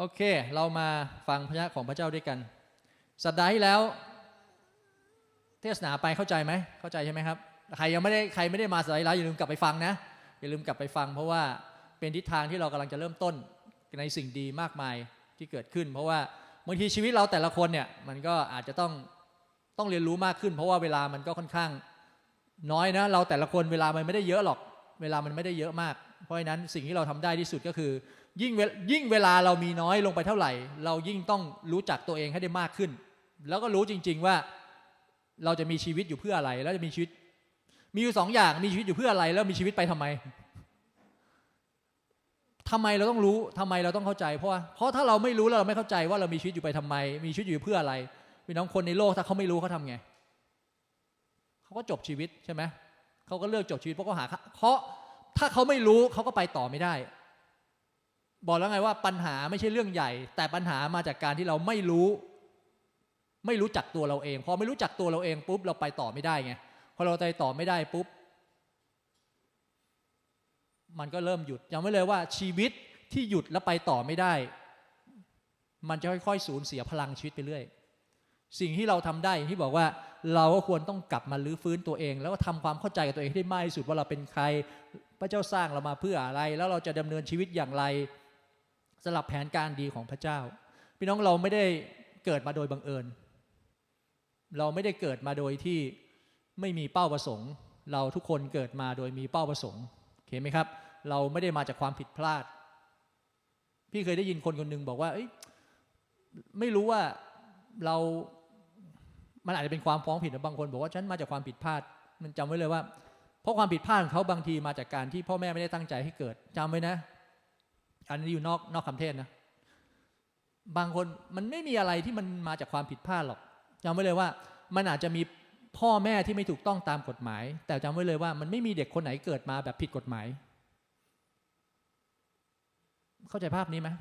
โอเคเรามาฟังพระวจนะของพระเจ้าด้วยกันสัปดาห์ที่แล้วเทศนาไปเข้าใจไหมเข้าใจใช่ไหมครับใครไม่ได้มาสัปดาห์ที่แล้วอย่าลืมกลับไปฟังนะอย่าลืมกลับไปฟังเพราะว่าเป็นทิศทางที่เรากำลังจะเริ่มต้นในสิ่งดีมากมายที่เกิดขึ้นเพราะว่าบางทีชีวิตเราแต่ละคนเนี่ยมันก็อาจจะต้องเรียนรู้มากขึ้นเพราะว่าเวลามันก็ค่อนข้างน้อยนะเราแต่ละคนเวลามันไม่ได้เยอะหรอกเวลามันไม่ได้เยอะมากเพราะฉะนั้นสิ่งที่เราทำได้ที่สุดก็คือยิ่งเวลาเรามีน้อยลงไปเท่าไหร่เรายิ่งต้องรู้จักตัวเองให้ได้มากขึ้นแล้วก็รู้จริงๆว่าเราจะมีชีวิตอยู่เพื่ออะไรแล้วจะมีชีวิตมีอยู่2 อย่างมีชีวิตอยู่เพื่ออะไรแล้วมีชีวิตไปทำไมเราต้องรู้ทำไมเราต้องเข้าใจเพราะถ้าเราไม่รู้แล้วเราไม่เข้าใจว่าเรามีชีวิตอยู่ไปทำไมมีชีวิตอยู่เพื่ออะไรพี่น้องคนในโลกถ้าเขาไม่รู้เขาทำไงเขาก็จบชีวิตใช่ไหมเขาก็เลือกจบชีวิตเพราะถ้าเขาไม่รู้เขาก็ไปต่อไม่ได้บอกแล้วไงว่าปัญหาไม่ใช่เรื่องใหญ่แต่ปัญหามาจากการที่เราไม่รู้จักตัวเราเองพอไม่รู้จักตัวเราเองปุ๊บเราไปต่อไม่ได้ไงพอเราไปต่อไม่ได้ปุ๊บมันก็เริ่มหยุดจำไว้เลยว่าชีวิตที่หยุดแล้วไปต่อไม่ได้มันจะค่อยๆสูญเสียพลังชีวิตไปเรื่อยสิ่งที่เราทำได้ที่บอกว่าเราก็ควรต้องกลับมาลื้อฟื้นตัวเองแล้วก็ทำความเข้าใจกับตัวเองให้ได้มากที่สุดว่าเราเป็นใครพระเจ้าสร้างเรามาเพื่ออะไรแล้วเราจะดำเนินชีวิตอย่างไรสำหรับแผนการดีของพระเจ้าพี่น้องเราไม่ได้เกิดมาโดยบังเอิญเราไม่ได้เกิดมาโดยที่ไม่มีเป้าประสงค์เราทุกคนเกิดมาโดยมีเป้าประสงค์โอเคไหมครับเราไม่ได้มาจากความผิดพลาดพี่เคยได้ยินคนนึงบอกว่าไม่รู้ว่ามันอาจจะเป็นความฟ้องผิดนะบางคนบอกว่าฉันมาจากความผิดพลาดมันจำไว้เลยว่าเพราะความผิดพลาดของเขาบางทีมาจากการที่พ่อแม่ไม่ได้ตั้งใจให้เกิดจำไว้นะอันนี้อยู่นอกคำเทศนะบางคนมันไม่มีอะไรที่มันมาจากความผิดพลาดหรอกจำไว้เลยว่ามันอาจจะมีพ่อแม่ที่ไม่ถูกต้องตามกฎหมายแต่จำไว้เลยว่ามันไม่มีเด็กคนไหนเกิดมาแบบผิดกฎหมายเข้าใจภาพนี้ไหม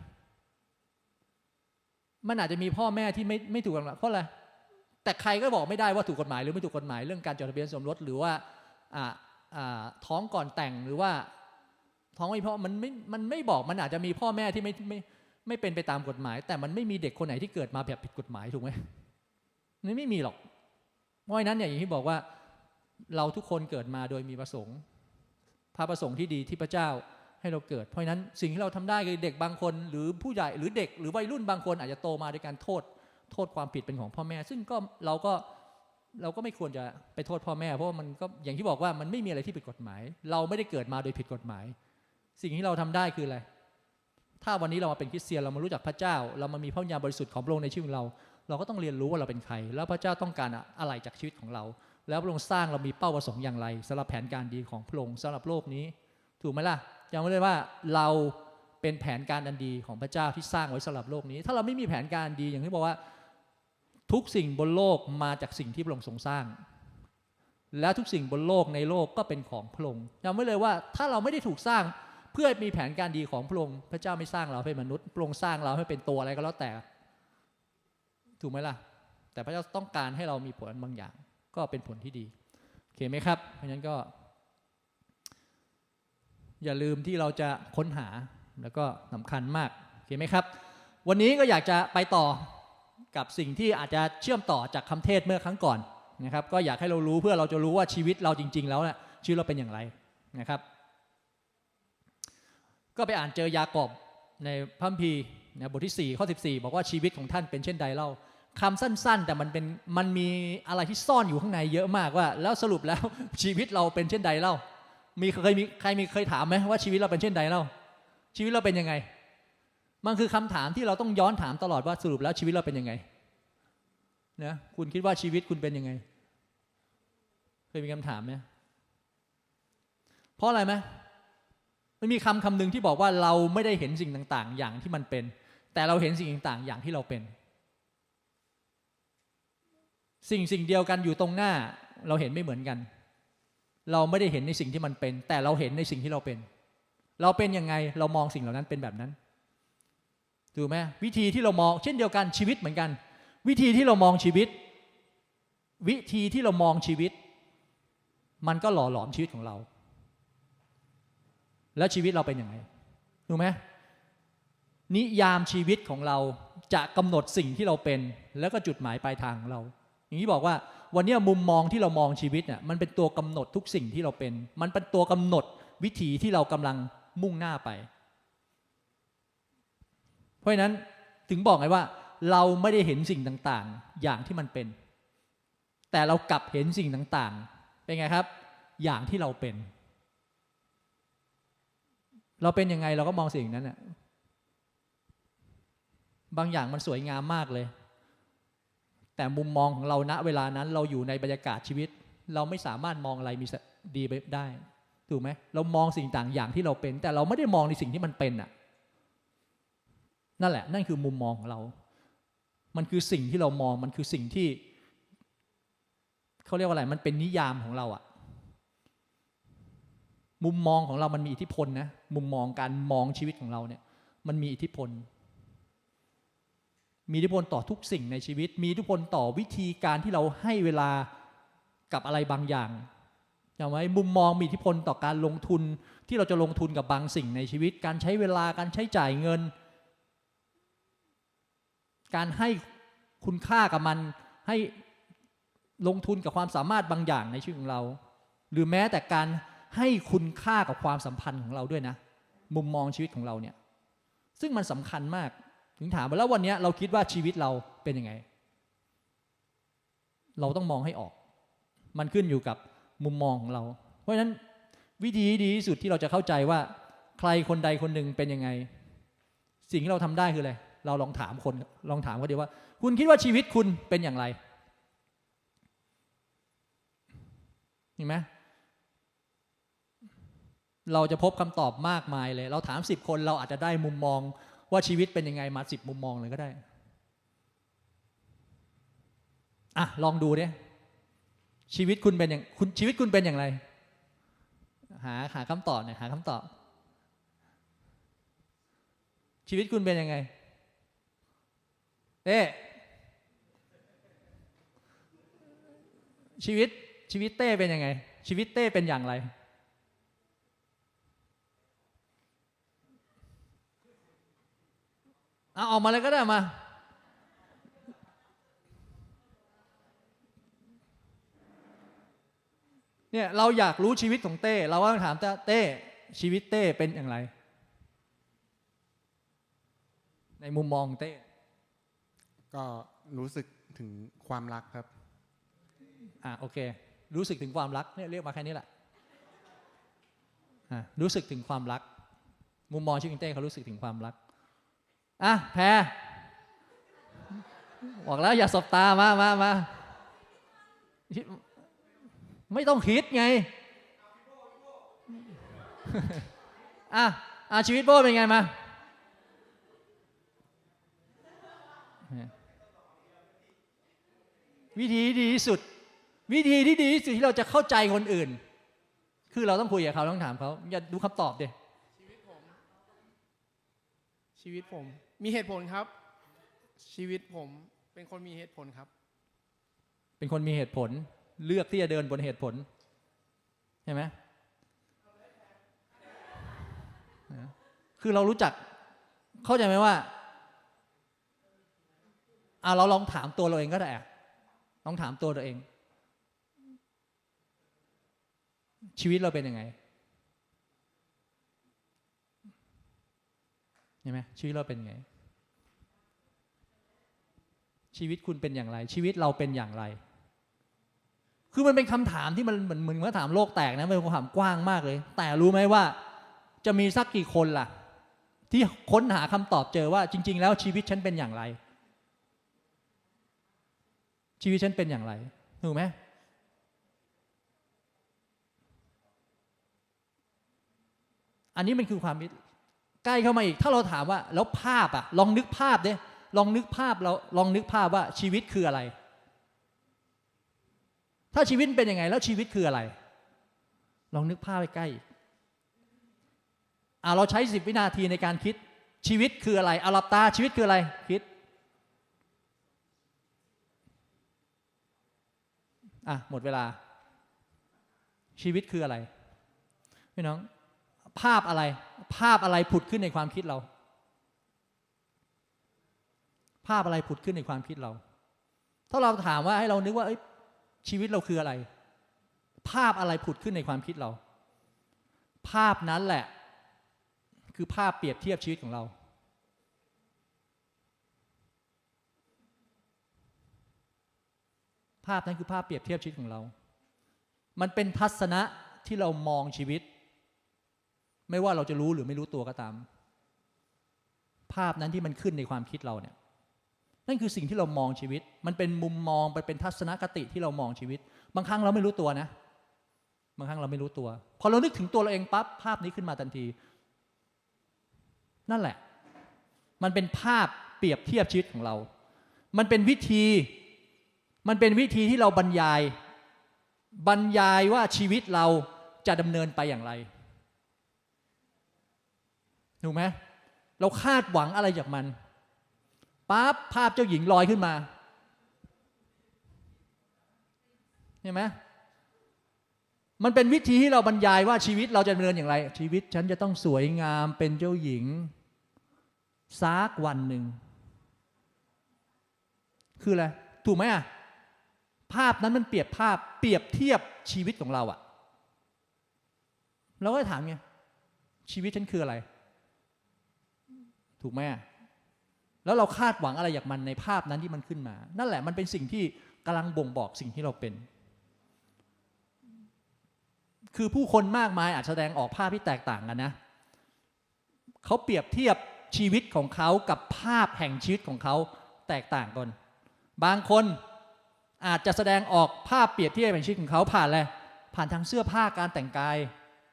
มันอาจจะมีพ่อแม่ที่ไม่ถูกกฎหมายเพราะอะไรแต่ใครก็บอกไม่ได้ว่าถูกกฎหมายหรือไม่ถูกกฎหมายเรื่องการจดทะเบียนสมรสหรือว่าท้องก่อนแต่งหรือว่าท้องไม่พอมันไม่บอกมันอาจจะมีพ่อแม่ที่ไม่เป็นไปตามกฎหมายแต่มันไม่มีเด็กคนไหนที่เกิดมาแบบผิดกฎหมายถูกไหมนี่ไม่มีหรอกเพราะฉะนั้นอย่างที่บอกว่าเราทุกคนเกิดมาโดยมีประสงค์พระประสงค์ที่ดีที่พระเจ้าให้เราเกิดเพราะฉะนั้นสิ่งที่เราทำได้คือเด็กบางคนหรือผู้ใหญ่หรือเด็กหรือวัยรุ่นบางคนอาจจะโตมาด้วยการโทษความผิดเป็นของพ่อแม่ซึ่งก็เราก็ไม่ควรจะไปโทษพ่อแม่เพราะมันก็อย่างที่บอกว่ามันไม่มีอะไรที่ผิดกฎหมายเราไม่ได้เกิดมาโดยผิดกฎหมายสิ่งที่เราทำได้คืออะไรถ้าวันนี้เรามาเป็นคริสเตียนเรามารู้จักพระเจ้าเรามามีพระวิญญาณบริสุทธิ์ของพระองค์ในชีวิตของเราก็ต้องเรียนรู้ว่าเราเป็นใครแล้วพระเจ้าต้องการอะไรจากชีวิตของเราแล้วพระองค์สร้างเรามีเป้าประสงค์อย่างไรสำหรับแผนการดีของพระองค์สำหรับโลกนี้ถูกไหมล่ะจำไว้เลยว่าเราเป็นแผนการอันดีของพระเจ้าที่สร้างไว้สำหรับโลกนี้ถ้าเราไม่มีแผนการดีอย่างที่บอกว่าทุกสิ่งบนโลกมาจากสิ่งที่พระองค์ทรงสร้างและทุกสิ่งบนโลกในโลกก็เป็นของพระองค์จำไว้เลยว่าถ้าเราไม่ได้ถูกสร้างเพื่อมีแผนการดีของพระองค์พระเจ้าไม่สร้างเราให้มนุษย์พระองค์สร้างเราให้เป็นตัวอะไรก็แล้วแต่ถูกไหมล่ะแต่พระเจ้าต้องการให้เรามีผลบางอย่างก็เป็นผลที่ดีโอเคไหมครับเพราะฉะนั้นก็อย่าลืมที่เราจะค้นหาแล้วก็สำคัญมากโอเคไหมครับวันนี้ก็อยากจะไปต่อกับสิ่งที่อาจจะเชื่อมต่อจากคำเทศเมื่อครั้งก่อนนะครับก็อยากให้เรารู้เพื่อเราจะรู้ว่าชีวิตเราจริงๆแล้วนะชีวิตเราเป็นอย่างไรนะครับก็ไปอ่านเจอยากอบในพระคัมภีร์บทที่4ข้อ14บอกว่าชีวิตของท่านเป็นเช่นใดเล่าคำสั้นๆแต่มันมีอะไรที่ซ่อนอยู่ข้างในเยอะมากว่าแล้วสรุปแล้วชีวิตเราเป็นเช่นใดเล่าเคยถามไหมว่าชีวิตเราเป็นเช่นใดเล่าชีวิตเราเป็นยังไงมันคือคำถามที่เราต้องย้อนถามตลอดว่าสรุปแล้วชีวิตเราเป็นยังไงนะคุณคิดว่าชีวิตคุณเป็นยังไงเคยมีคำถามไหมเพราะอะไรไหมมันมีคำหนึ่งที่บอกว่าเราไม่ได้เห็นสิ่งต่างๆอย่างที่มันเป็นแต่เราเห็นสิ่งต่างๆอย่างที่เราเป็นสิ่งเดียวกันอยู่ตรงหน้าเราเห็นไม่เหมือนกันเราไม่ได้เห็นในสิ่งที่มันเป็นแต่เราเห็นในสิ่งที่เราเป็นยังไงเรามองสิ่งเหล่านั้นเป็นแบบนั้นถูกไหมวิธีที่เรามองเช่นเดียวกันชีวิตเหมือนกันวิธีที่เรามองชีวิตมันก็หล่อหลอมชีวิตของเราแล้วชีวิตเราเป็นยังไงถูกไหมนิยามชีวิตของเราจะกำหนดสิ่งที่เราเป็นแล้วก็จุดหมายปลายทางของเราอย่างที่บอกว่าวันนี้มุมมองที่เรามองชีวิตเนี่ยมันเป็นตัวกำหนดทุกสิ่งที่เราเป็นมันเป็นตัวกำหนดวิถีที่เรากำลังมุ่งหน้าไปเพราะฉะนั้นถึงบอกไงว่าเราไม่ได้เห็นสิ่งต่างๆอย่างที่มันเป็นแต่เรากลับเห็นสิ่งต่างๆเป็นไงครับอย่างที่เราเป็นเราเป็นยังไงเราก็มองสิ่งนั้นน่ะบางอย่างมันสวยงามมากเลยแต่มุมมองของเราณเวลานั้นเราอยู่ในบรรยากาศชีวิตเราไม่สามารถมองอะไรมีดีไปได้ถูกไหมเรามองสิ่งต่างอย่างที่เราเป็นแต่เราไม่ได้มองในสิ่งที่มันเป็นน่ะนั่นแหละนั่นคือมุมมองของเรามันคือสิ่งที่เรามองมันคือสิ่งที่เขาเรียกว่าอะไรมันเป็นนิยามของเราอะมุมมองของเรามันมีอิทธิพลนะมุมมองการมองชีวิตของเราเนี่ยมันมีอิทธิพลต่อทุกสิ่งในชีวิตมีอิทธิพลต่อวิธีการที่เราให้เวลากับอะไรบางอย่างอย่างไรมุมมองมีอิทธิพลต่อการลงทุนที่เราจะลงทุนกับบางสิ่งในชีวิตการใช้เวลาการใช้จ่ายเงินการให้คุณค่ากับมันให้ลงทุนกับความสามารถบางอย่างในชีวิตของเราหรือแม้แต่การให้คุณค่ากับความสัมพันธ์ของเราด้วยนะมุมมองชีวิตของเราเนี่ยซึ่งมันสำคัญมากถึงถามว่าแล้ววันนี้เราคิดว่าชีวิตเราเป็นยังไงเราต้องมองให้ออกมันขึ้นอยู่กับมุมมองของเราเพราะฉะนั้นวิธีดีที่สุดที่เราจะเข้าใจว่าใครคนใดคนหนึ่งเป็นยังไงสิ่งที่เราทำได้คืออะไรเราลองถามเขาดีว่าคุณคิดว่าชีวิตคุณเป็นอย่างไรเห็นไหมเราจะพบคำตอบมากมายเลยเราถาม10 คนเราอาจจะได้มุมมองว่าชีวิตเป็นยังไงมา10 มุมมองเลยก็ได้อ่ะลองดูดิชีวิตคุณเป็นอย่างชีวิตคุณเป็นอย่างไรหาคำตอบหน่อยหาคำตอบชีวิตคุณเป็นยังไงชีวิตเต้เป็นยังไงชีวิตเต้เป็นอย่างไรเอาออกมาเลยก็ได้มาเนี่ยเราอยากรู้ชีวิตของเต้เราก็ต้องถามเต้ชีวิตเต้เป็นอย่างไรในมุมมองเต้ก็รู้สึกถึงความรักครับโอเครู้สึกถึงความรักเนี่ยเรียกมาแค่นี้แหละรู้สึกถึงความรักมุมมองชีวิตของเต้เขารู้สึกถึงความรักแพรบอกแล้วอย่าสบตามาไม่ต้องคิดไงชีวิตโบ้เป็นไงมาวิธีที่ดีที่สุดที่เราจะเข้าใจคนอื่นคือเราต้องคุยกับเขาต้องถามเขาอย่าดูคำตอบดิชีวิตผมมีเหตุผลครับชีวิตผมเป็นคนมีเหตุผลครับเป็นคนมีเหตุผลเลือกที่จะเดินบนเหตุผลใช่ไหมคือเรารู้จักเข้าใจไหมว่าเราลองถามตัวเราเองก็ได้ลองถามตัวเราเองชีวิตเราเป็นยังไงเห็นไหมชีวิตเราเป็นยังไงชีวิตคุณเป็นอย่างไรชีวิตเราเป็นอย่างไรคือมันเป็นคำถามที่มันเหมือนว่าถามโลกแตกนะเป็นคำถามกว้างมากเลยแต่รู้ไหมว่าจะมีสักกี่คนล่ะที่ค้นหาคำตอบเจอว่าจริงๆแล้วชีวิตฉันเป็นอย่างไรชีวิตฉันเป็นอย่างไรถูกไหมอันนี้มันคือความใกล้เข้ามาอีกถ้าเราถามว่าแล้วภาพลองนึกภาพดิลองนึกภาพว่าชีวิตคืออะไรถ้าชีวิตเป็นยังไงแล้วชีวิตคืออะไรลองนึกภาพใกล้เราใช้10 วินาทีในการคิดชีวิตคืออะไรหลับตาชีวิตคืออะไรคิดหมดเวลาชีวิตคืออะไรพี่น้องภาพอะไรผุดขึ้นในความคิดเราภาพอะไรผุดขึ้นในความคิดเราถ้าเราถามว่าให้เรานึกว่าชีวิตเราคืออะไรภาพอะไรผุดขึ้นในความคิดเราภาพนั้นแหละคือภาพเปรียบเทียบชีวิตของเราภาพนั้นคือภาพเปรียบเทียบชีวิตของเรามันเป็นทัศนะที่เรามองชีวิตไม่ว่าเราจะรู้หรือไม่รู้ตัวก็ตามภาพนั้นที่มันขึ้นในความคิดเราเนี่ยนั่นคือสิ่งที่เรามองชีวิตมันเป็นมุมมองเป็นทัศนคติที่เรามองชีวิตบางครั้งเราไม่รู้ตัวนะบางครั้งเราไม่รู้ตัวพอเรานึกถึงตัวเราเองปั๊บภาพนี้ขึ้นมาทันทีนั่นแหละมันเป็นภาพเปรียบเทียบชีวิตของเรามันเป็นวิธีที่เราบรรยายว่าชีวิตเราจะดำเนินไปอย่างไรถูกไหมเราคาดหวังอะไรจากมันปั๊บภาพเจ้าหญิงลอยขึ้นมาเห็นไหมมันเป็นวิธีที่เราบรรยายว่าชีวิตเราจะดำเนินอย่างไรชีวิตฉันจะต้องสวยงามเป็นเจ้าหญิงสักวันหนึ่งคืออะไรถูกไหมภาพนั้นมันเปรียบเทียบชีวิตของเราอะเราก็ถามไงชีวิตฉันคืออะไรถูกไหมแล้วเราคาดหวังอะไรจากมันในภาพนั้นที่มันขึ้นมานั่นแหละมันเป็นสิ่งที่กำลังบ่งบอกสิ่งที่เราเป็นคือผู้คนมากมายอาจแสดงออกภาพที่แตกต่างกันนะเขาเปรียบเทียบชีวิตของเขากับภาพแห่งชีวิตของเขาแตกต่างกันบางคนอาจจะแสดงออกภาพเปรียบเทียบแห่งชีวิตของเขาผ่านอะไรผ่านทางเสื้อผ้าการแต่งกาย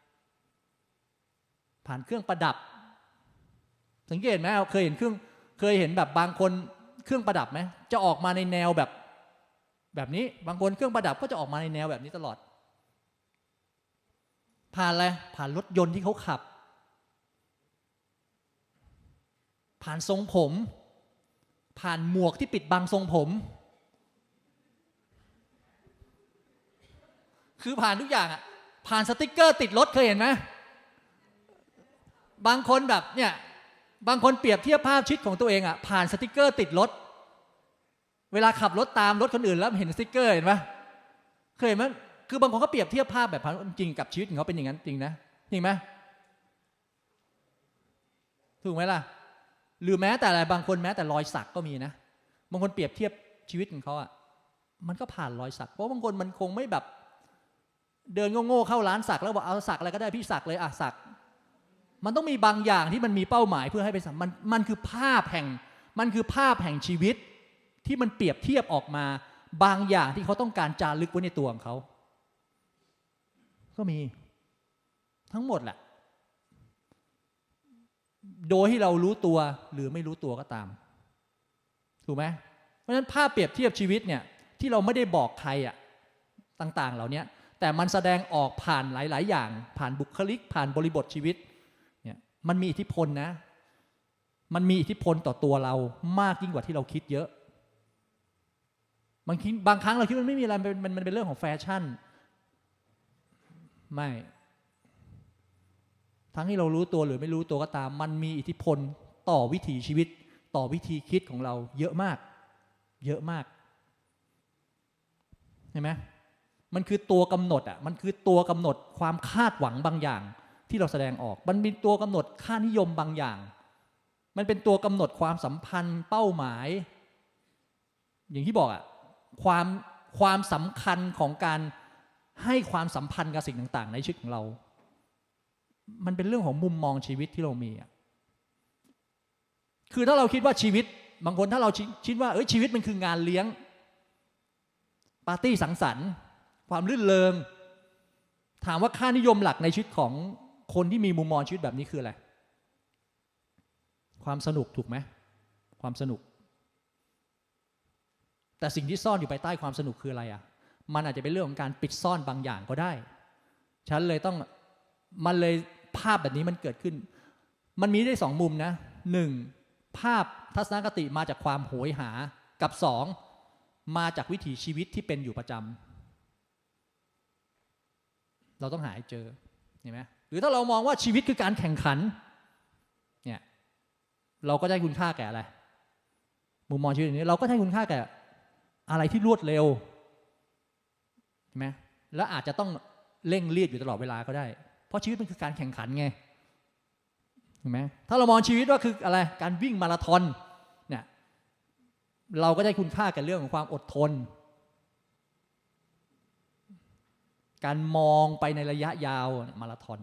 ผ่านเครื่องประดับสังเกตไหมเคยเห็นแบบบางคนเครื่องประดับไหมจะออกมาในแนวแบบนี้บางคนเครื่องประดับก็จะออกมาในแนวแบบนี้ตลอดผ่านอะไรผ่านรถยนต์ที่เขาขับผ่านทรงผมผ่านหมวกที่ปิดบังทรงผมคือผ่านทุกอย่างอ่ะผ่านสติ๊กเกอร์ติดรถเคยเห็นไหมบางคนแบบเนี่ยบางคนเปรียบเทียบภาพชีวิตของตัวเองอ่ะผ่านสติ๊กเกอร์ติดรถเวลาขับรถตามรถคนอื่นแล้วเห็นสติ๊กเกอร์เห็นไหมเคยเห็นไหมคือบางคนก็เปรียบเทียบภาพแบบจริงกับชีวิตของเขาเป็นอย่างนั้นจริงนะจริงไหมถูกไหมล่ะหรือแม้แต่อะไรบางคนแม้แต่รอยสักก็มีนะบางคนเปรียบเทียบชีวิตของเขาอ่ะมันก็ผ่านรอยสักเพราะบางคนมันคงไม่แบบเดินโง่ๆเข้าร้านสักแล้วบอกเอาสักอะไรก็ได้พี่สักเลยอ่ะสักมันต้องมีบางอย่างที่มันมีเป้าหมายเพื่อให้ไปสักมันคือภาพแห่งชีวิตที่มันเปรียบเทียบออกมาบางอย่างที่เขาต้องการจารึกไว้ในตัวของเขาก็มีทั้งหมดแหละโดยที่เรารู้ตัวหรือไม่รู้ตัวก็ตามถูกไหมเพราะฉะนั้นภาพเปรียบเทียบชีวิตเนี่ยที่เราไม่ได้บอกใครอ่ะต่างๆเหล่านี้แต่มันแสดงออกผ่านหลายๆอย่างผ่านบุคลิกผ่านบริบทชีวิตเนี่ยมันมีอิทธิพลนะมันมีอิทธิพลต่อตัวเรามากยิ่งกว่าที่เราคิดเยอะบางครั้งเราคิดมันไม่มีอะไรมันเป็นเรื่องของแฟชั่นไม่ทั้งที่เรารู้ตัวหรือไม่รู้ตัวก็ตามมันมีอิทธิพลต่อวิถีชีวิตต่อวิธีคิดของเราเยอะมากเห็นไหมมันคือตัวกำหนดอ่ะมันคือตัวกำหนดความคาดหวังบางอย่างที่เราแสดงออกมันมีตัวกำหนดค่านิยมบางอย่างมันเป็นตัวกำหนดความสัมพันธ์เป้าหมายอย่างที่บอกอ่ะความสำคัญของการให้ความสัมพันธ์กับสิ่งต่างๆในชีวิตของเรามันเป็นเรื่องของมุมมองชีวิตที่เรามีอ่ะคือถ้าเราคิดว่าชีวิตบางคนถ้าเราคิดว่าชีวิตมันคืองานเลี้ยงปาร์ตี้สังสรรค์ความรื่นเริงถามว่าค่านิยมหลักในชีวิตของคนที่มีมุมมองชีวิตแบบนี้คืออะไรความสนุกถูกไหมความสนุกแต่สิ่งที่ซ่อนอยู่ภายใต้ความสนุกคืออะไรอ่ะมันอาจจะเป็นเรื่องของการปิดซ่อนบางอย่างก็ได้ฉันเลยต้องมันเลยภาพแบบนี้มันเกิดขึ้นมันมีได้สองมุมนะหนึ่งภาพทัศนคติมาจากความโหยหากับสองมาจากวิถีชีวิตที่เป็นอยู่ประจำเราต้องหาให้เจอเห็นไหมหรือถ้าเรามองว่าชีวิตคือการแข่งขันเนี่ยเราก็ได้คุณค่าแก่อะไรมุมมองชีวิตอย่างนี้เราก็ให้คุณค่าแก่อะไรที่รวดเร็วเห็นไหมแล้วอาจจะต้องเร่งรีบอยู่ตลอดเวลาก็ได้เพราะชีวิตมันคือการแข่งขันไงเห็นไหมถ้าเรามองชีวิตว่าคืออะไรการวิ่งมาราธอนเนี่ยเราก็ได้คุณค่ากับเรื่องของความอดทนการมองไปในระยะยาวมาราธอน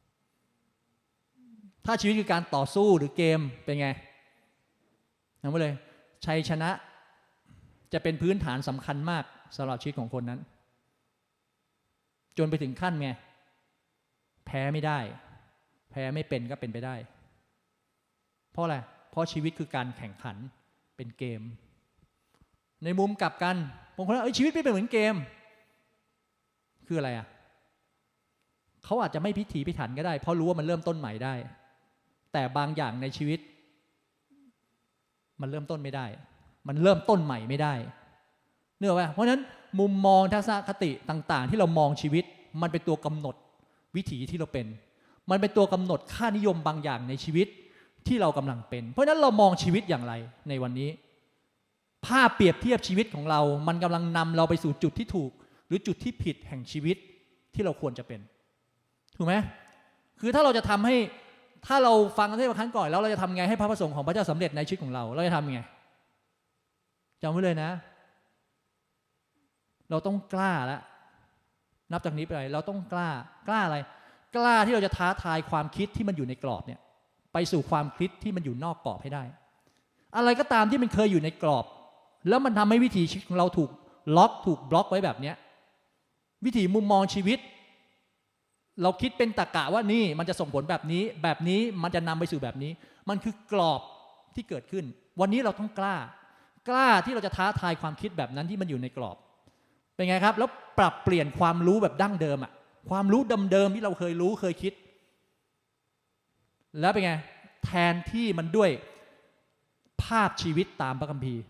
ถ้าชีวิตคือการต่อสู้หรือเกมเป็นไงนั่นไปเลยชัยชนะจะเป็นพื้นฐานสำคัญมากสำหรับชีวิตของคนนั้นจนไปถึงขั้นไงแพ้ไม่ได้แพ้ไม่เป็นก็เป็นไปได้เพราะอะไรเพราะชีวิตคือการแข่งขันเป็นเกมในมุมกลับกันบางคนว่าชีวิตไม่เป็นเหมือนเกมคืออะไรอ่ะเขาอาจจะไม่พิถีพิถันก็ได้เพราะรู้ว่ามันเริ่มต้นใหม่ได้แต่บางอย่างในชีวิตมันเริ่มต้นไม่ได้มันเริ่มต้นใหม่ไม่ได้เนื่องว่าเพราะฉะนั้นมุมมองทัศนคติต่างๆที่เรามองชีวิตมันเป็นตัวกำหนดวิถีที่เราเป็นมันเป็นตัวกำหนดค่านิยมบางอย่างในชีวิตที่เรากำลังเป็นเพราะฉะนั้นเรามองชีวิตอย่างไรในวันนี้ภาพเปรียบเทียบชีวิตของเรามันกำลังนำเราไปสู่จุดที่ถูกหรือจุดที่ผิดแห่งชีวิตที่เราควรจะเป็นถูกไหมคือถ้าเราจะทำให้ถ้าเราฟังกันที่ครั้งก่อนแล้วเราจะทำไงให้พระประสงค์ของพระเจ้าสำเร็จในชีวิตของเราเราจะทำไงจำไว้เลยนะเราต้องกล้าแล้วนับจากนี้ไปเราต้องกล้าอะไรกล้าที่เราจะท้าทายความคิดที่มันอยู่ในกรอบเนี่ยไปสู่ความคิดที่มันอยู่นอกกรอบให้ได้อะไรก็ตามที่มันเคยอยู่ในกรอบแล้วมันทำให้วิถีชีวิตของเราถูกล็อกถูกบล็อกไว้แบบนี้วิถีมุมมองชีวิตเราคิดเป็นตรรกะว่านี่มันจะส่งผลแบบนี้มันจะนำไปสู่แบบนี้มันคือกรอบที่เกิดขึ้นวันนี้เราต้องกล้าที่เราจะท้าทายความคิดแบบนั้นที่มันอยู่ในกรอบเป็นไงครับแล้วปรับเปลี่ยนความรู้แบบดั้งเดิมความรู้เดิมๆที่เราเคยรู้เคยคิดแล้วเป็นไงแทนที่มันด้วยภาพชีวิตตามพระคัมภีร์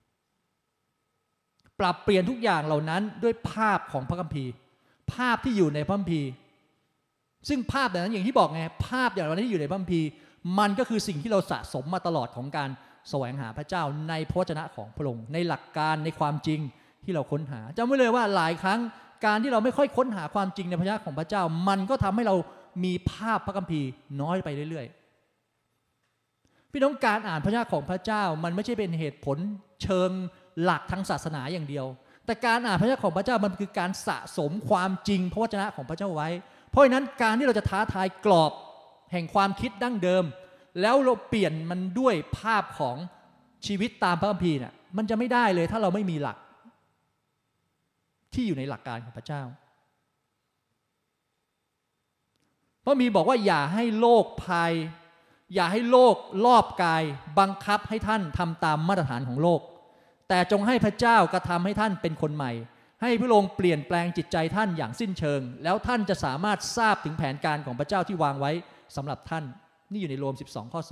ปรับเปลี่ยนทุกอย่างเหล่านั้นด้วยภาพของพระคัมภีร์ภาพที่อยู่ในพระคัมภีร์ซึ่งภาพแบบนั้นอย่างที่บอกไงภาพอย่างนั้นที่อยู่ในพระคัมภีร์มันก็คือสิ่งที่เราสะสมมาตลอดของการแสวงหาพระเจ้าในพระวจนะของพระองค์ในหลักการในความจริงที่เราค้นหาจำไว้เลยว่าหลายครั้งการที่เราไม่ค่อยค้นหาความจริงในพระวจนะของพระเจ้ามันก็ทำให้เรามีภาพพระคัมภีร์น้อยไปเรื่อยๆพี่น้องการอ่านพระวจนะของพระเจ้ามันไม่ใช่เป็นเหตุผลเชิงหลักทางศาสนาอย่างเดียวแต่การอ่านพระวจนะของพระเจ้ามันคือการสะสมความจริงพระวจนะของพระเจ้าไว้เพราะฉะนั้นการที่เราจะท้าทายกรอบแห่งความคิดดั้งเดิมแล้วเราเปลี่ยนมันด้วยภาพของชีวิตตามพระคัมภีร์เนี่ยมันจะไม่ได้เลยถ้าเราไม่มีหลักที่อยู่ในหลักการของพระเจ้าเพราะมีบอกว่าอย่าให้โลกภัยอย่าให้โลกรอบกายบังคับให้ท่านทำตามมาตรฐานของโลกแต่จงให้พระเจ้ากระทำให้ท่านเป็นคนใหม่ให้พระองค์เปลี่ยนแปลงจิตใจท่านอย่างสิ้นเชิงแล้วท่านจะสามารถทราบถึงแผนการของพระเจ้าที่วางไว้สำหรับท่านนี่อยู่ในโรม12 ข้อ 2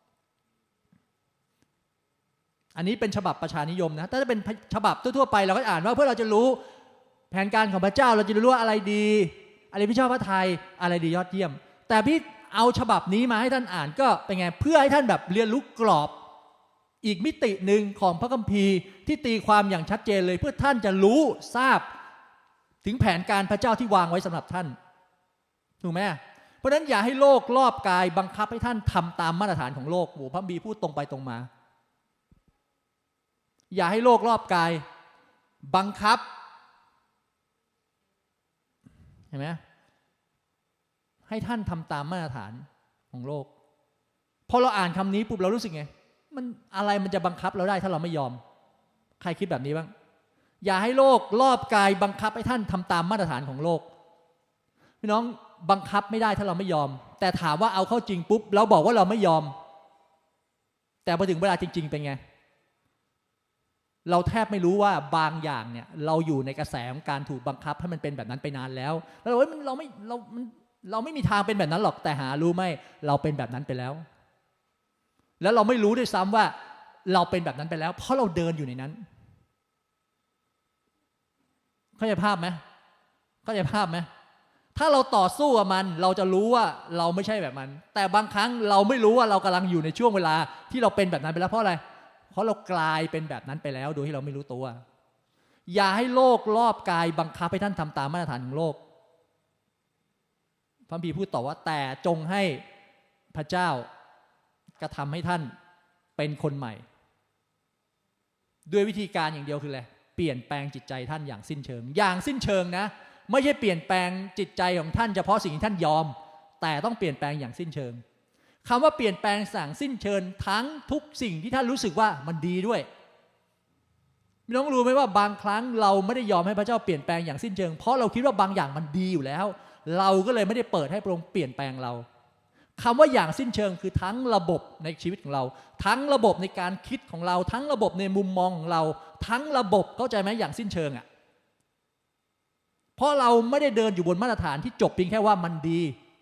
อันนี้เป็นฉบับประชานิยมนะถ้าเป็นฉบับทั่วๆไปเราก็อ่านว่าเพื่อเราจะรู้แผนการของพระเจ้าเราจะรู้ว่าอะไรดีอะไรที่ชอบพระทัยอะไรดียอดเยี่ยมแต่พี่เอาฉบับนี้มาให้ท่านอ่านก็เป็นไงเพื่อให้ท่านแบบเรียนรู้กรอบอีกมิติหนึ่งของพระคัมภีร์ที่ตีความอย่างชัดเจนเลยเพื่อท่านจะรู้ทราบถึงแผนการพระเจ้าที่วางไว้สำหรับท่านถูกไหมเพราะฉะนั้นอย่าให้โลกรอบกายบังคับให้ท่านทำตามมาตรฐานของโลกโอ้พระคัมภีร์พูดตรงไปตรงมาอย่าให้โลกรอบกายบังคับเห็นไหมให้ท่านทำตามมาตรฐานของโลกพอเราอ่านคำนี้ปุ๊บเรารู้สึกไงมันอะไรมันจะบังคับเราได้ถ้าเราไม่ยอมใครคิดแบบนี้บ้างอย่าให้โลกรอบกายบังคับให้ท่านทำตามมาตรฐานของโลกพี่น้องบังคับไม่ได้ถ้าเราไม่ยอมแต่ถามว่าเอาเข้าจริงปุ๊บเราบอกว่าเราไม่ยอมแต่พอถึงเวลาจริงๆเป็นไงเราแทบไม่รู้ว่าบางอย่างเนี่ยเราอยู่ในกระแสของการถูกบังคับให้มันเป็นแบบนั้นไปนานแล้วแล้วเราไม่มีทางเป็นแบบนั้นหรอกแต่หารู้ไหมเราเป็นแบบนั้นไปแล้วแล้วเราไม่รู้ด้วยซ้ำว่าเราเป็นแบบนั้นไปแล้วเพราะเราเดินอยู่ในนั้นเข้าใจภาพไหมถ้าเราต่อสู้กับมันเราจะรู้ว่าเราไม่ใช่แบบมันแต่บางครั้งเราไม่รู้ว่าเรากำลังอยู่ในช่วงเวลาที่เราเป็นแบบนั้นไปแล้วเพราะอะไรราะเรากลายเป็นแบบนั้นไปแล้วโดยที่เราไม่รู้ตัวอย่าให้โลกรอบกายบังคับให้ท่านทำตามมาตรฐานของโลกพระคัมภีร์พูดต่อว่าแต่จงให้พระเจ้ากระทำให้ท่านเป็นคนใหม่ด้วยวิธีการอย่างเดียวคืออะไรเปลี่ยนแปลงจิตใจท่านอย่างสิ้นเชิงอย่างสิ้นเชิงนะไม่ใช่เปลี่ยนแปลงจิตใจของท่านเฉพาะสิ่งที่ท่านยอมแต่ต้องเปลี่ยนแปลงอย่างสิ้นเชิงคำว่าเปลี่ยนแปลงสั่งสิ้นเชิงทั้งทุกสิ่งที่ท่านรู้สึกว่ามันดีด้วยพี่น้องรู้ไหมว่าบางครั้งเราไม่ได้ยอมให้พระเจ้าเปลี่ยนแปลงอย่างสิ้นเชิงเพราะเราคิดว่าบางอย่างมันดีอยู่แล้วเราก็เลยไม่ได้เปิดให้พระองค์เปลี่ยนแปลงเราคำว่าอย่างสิ้นเชิงคือทั้งระบบในชีวิตของเราทั้งระบบในการคิดของเราทั้งระบบในมุมมองของเราทั้งระบบเข้าใจไหมอย่างสิ้นเชิงอ่ะเพราะเราไม่ได้เดินอยู่บนมาตรฐานที่จบเพียงแค่ว่ามันดี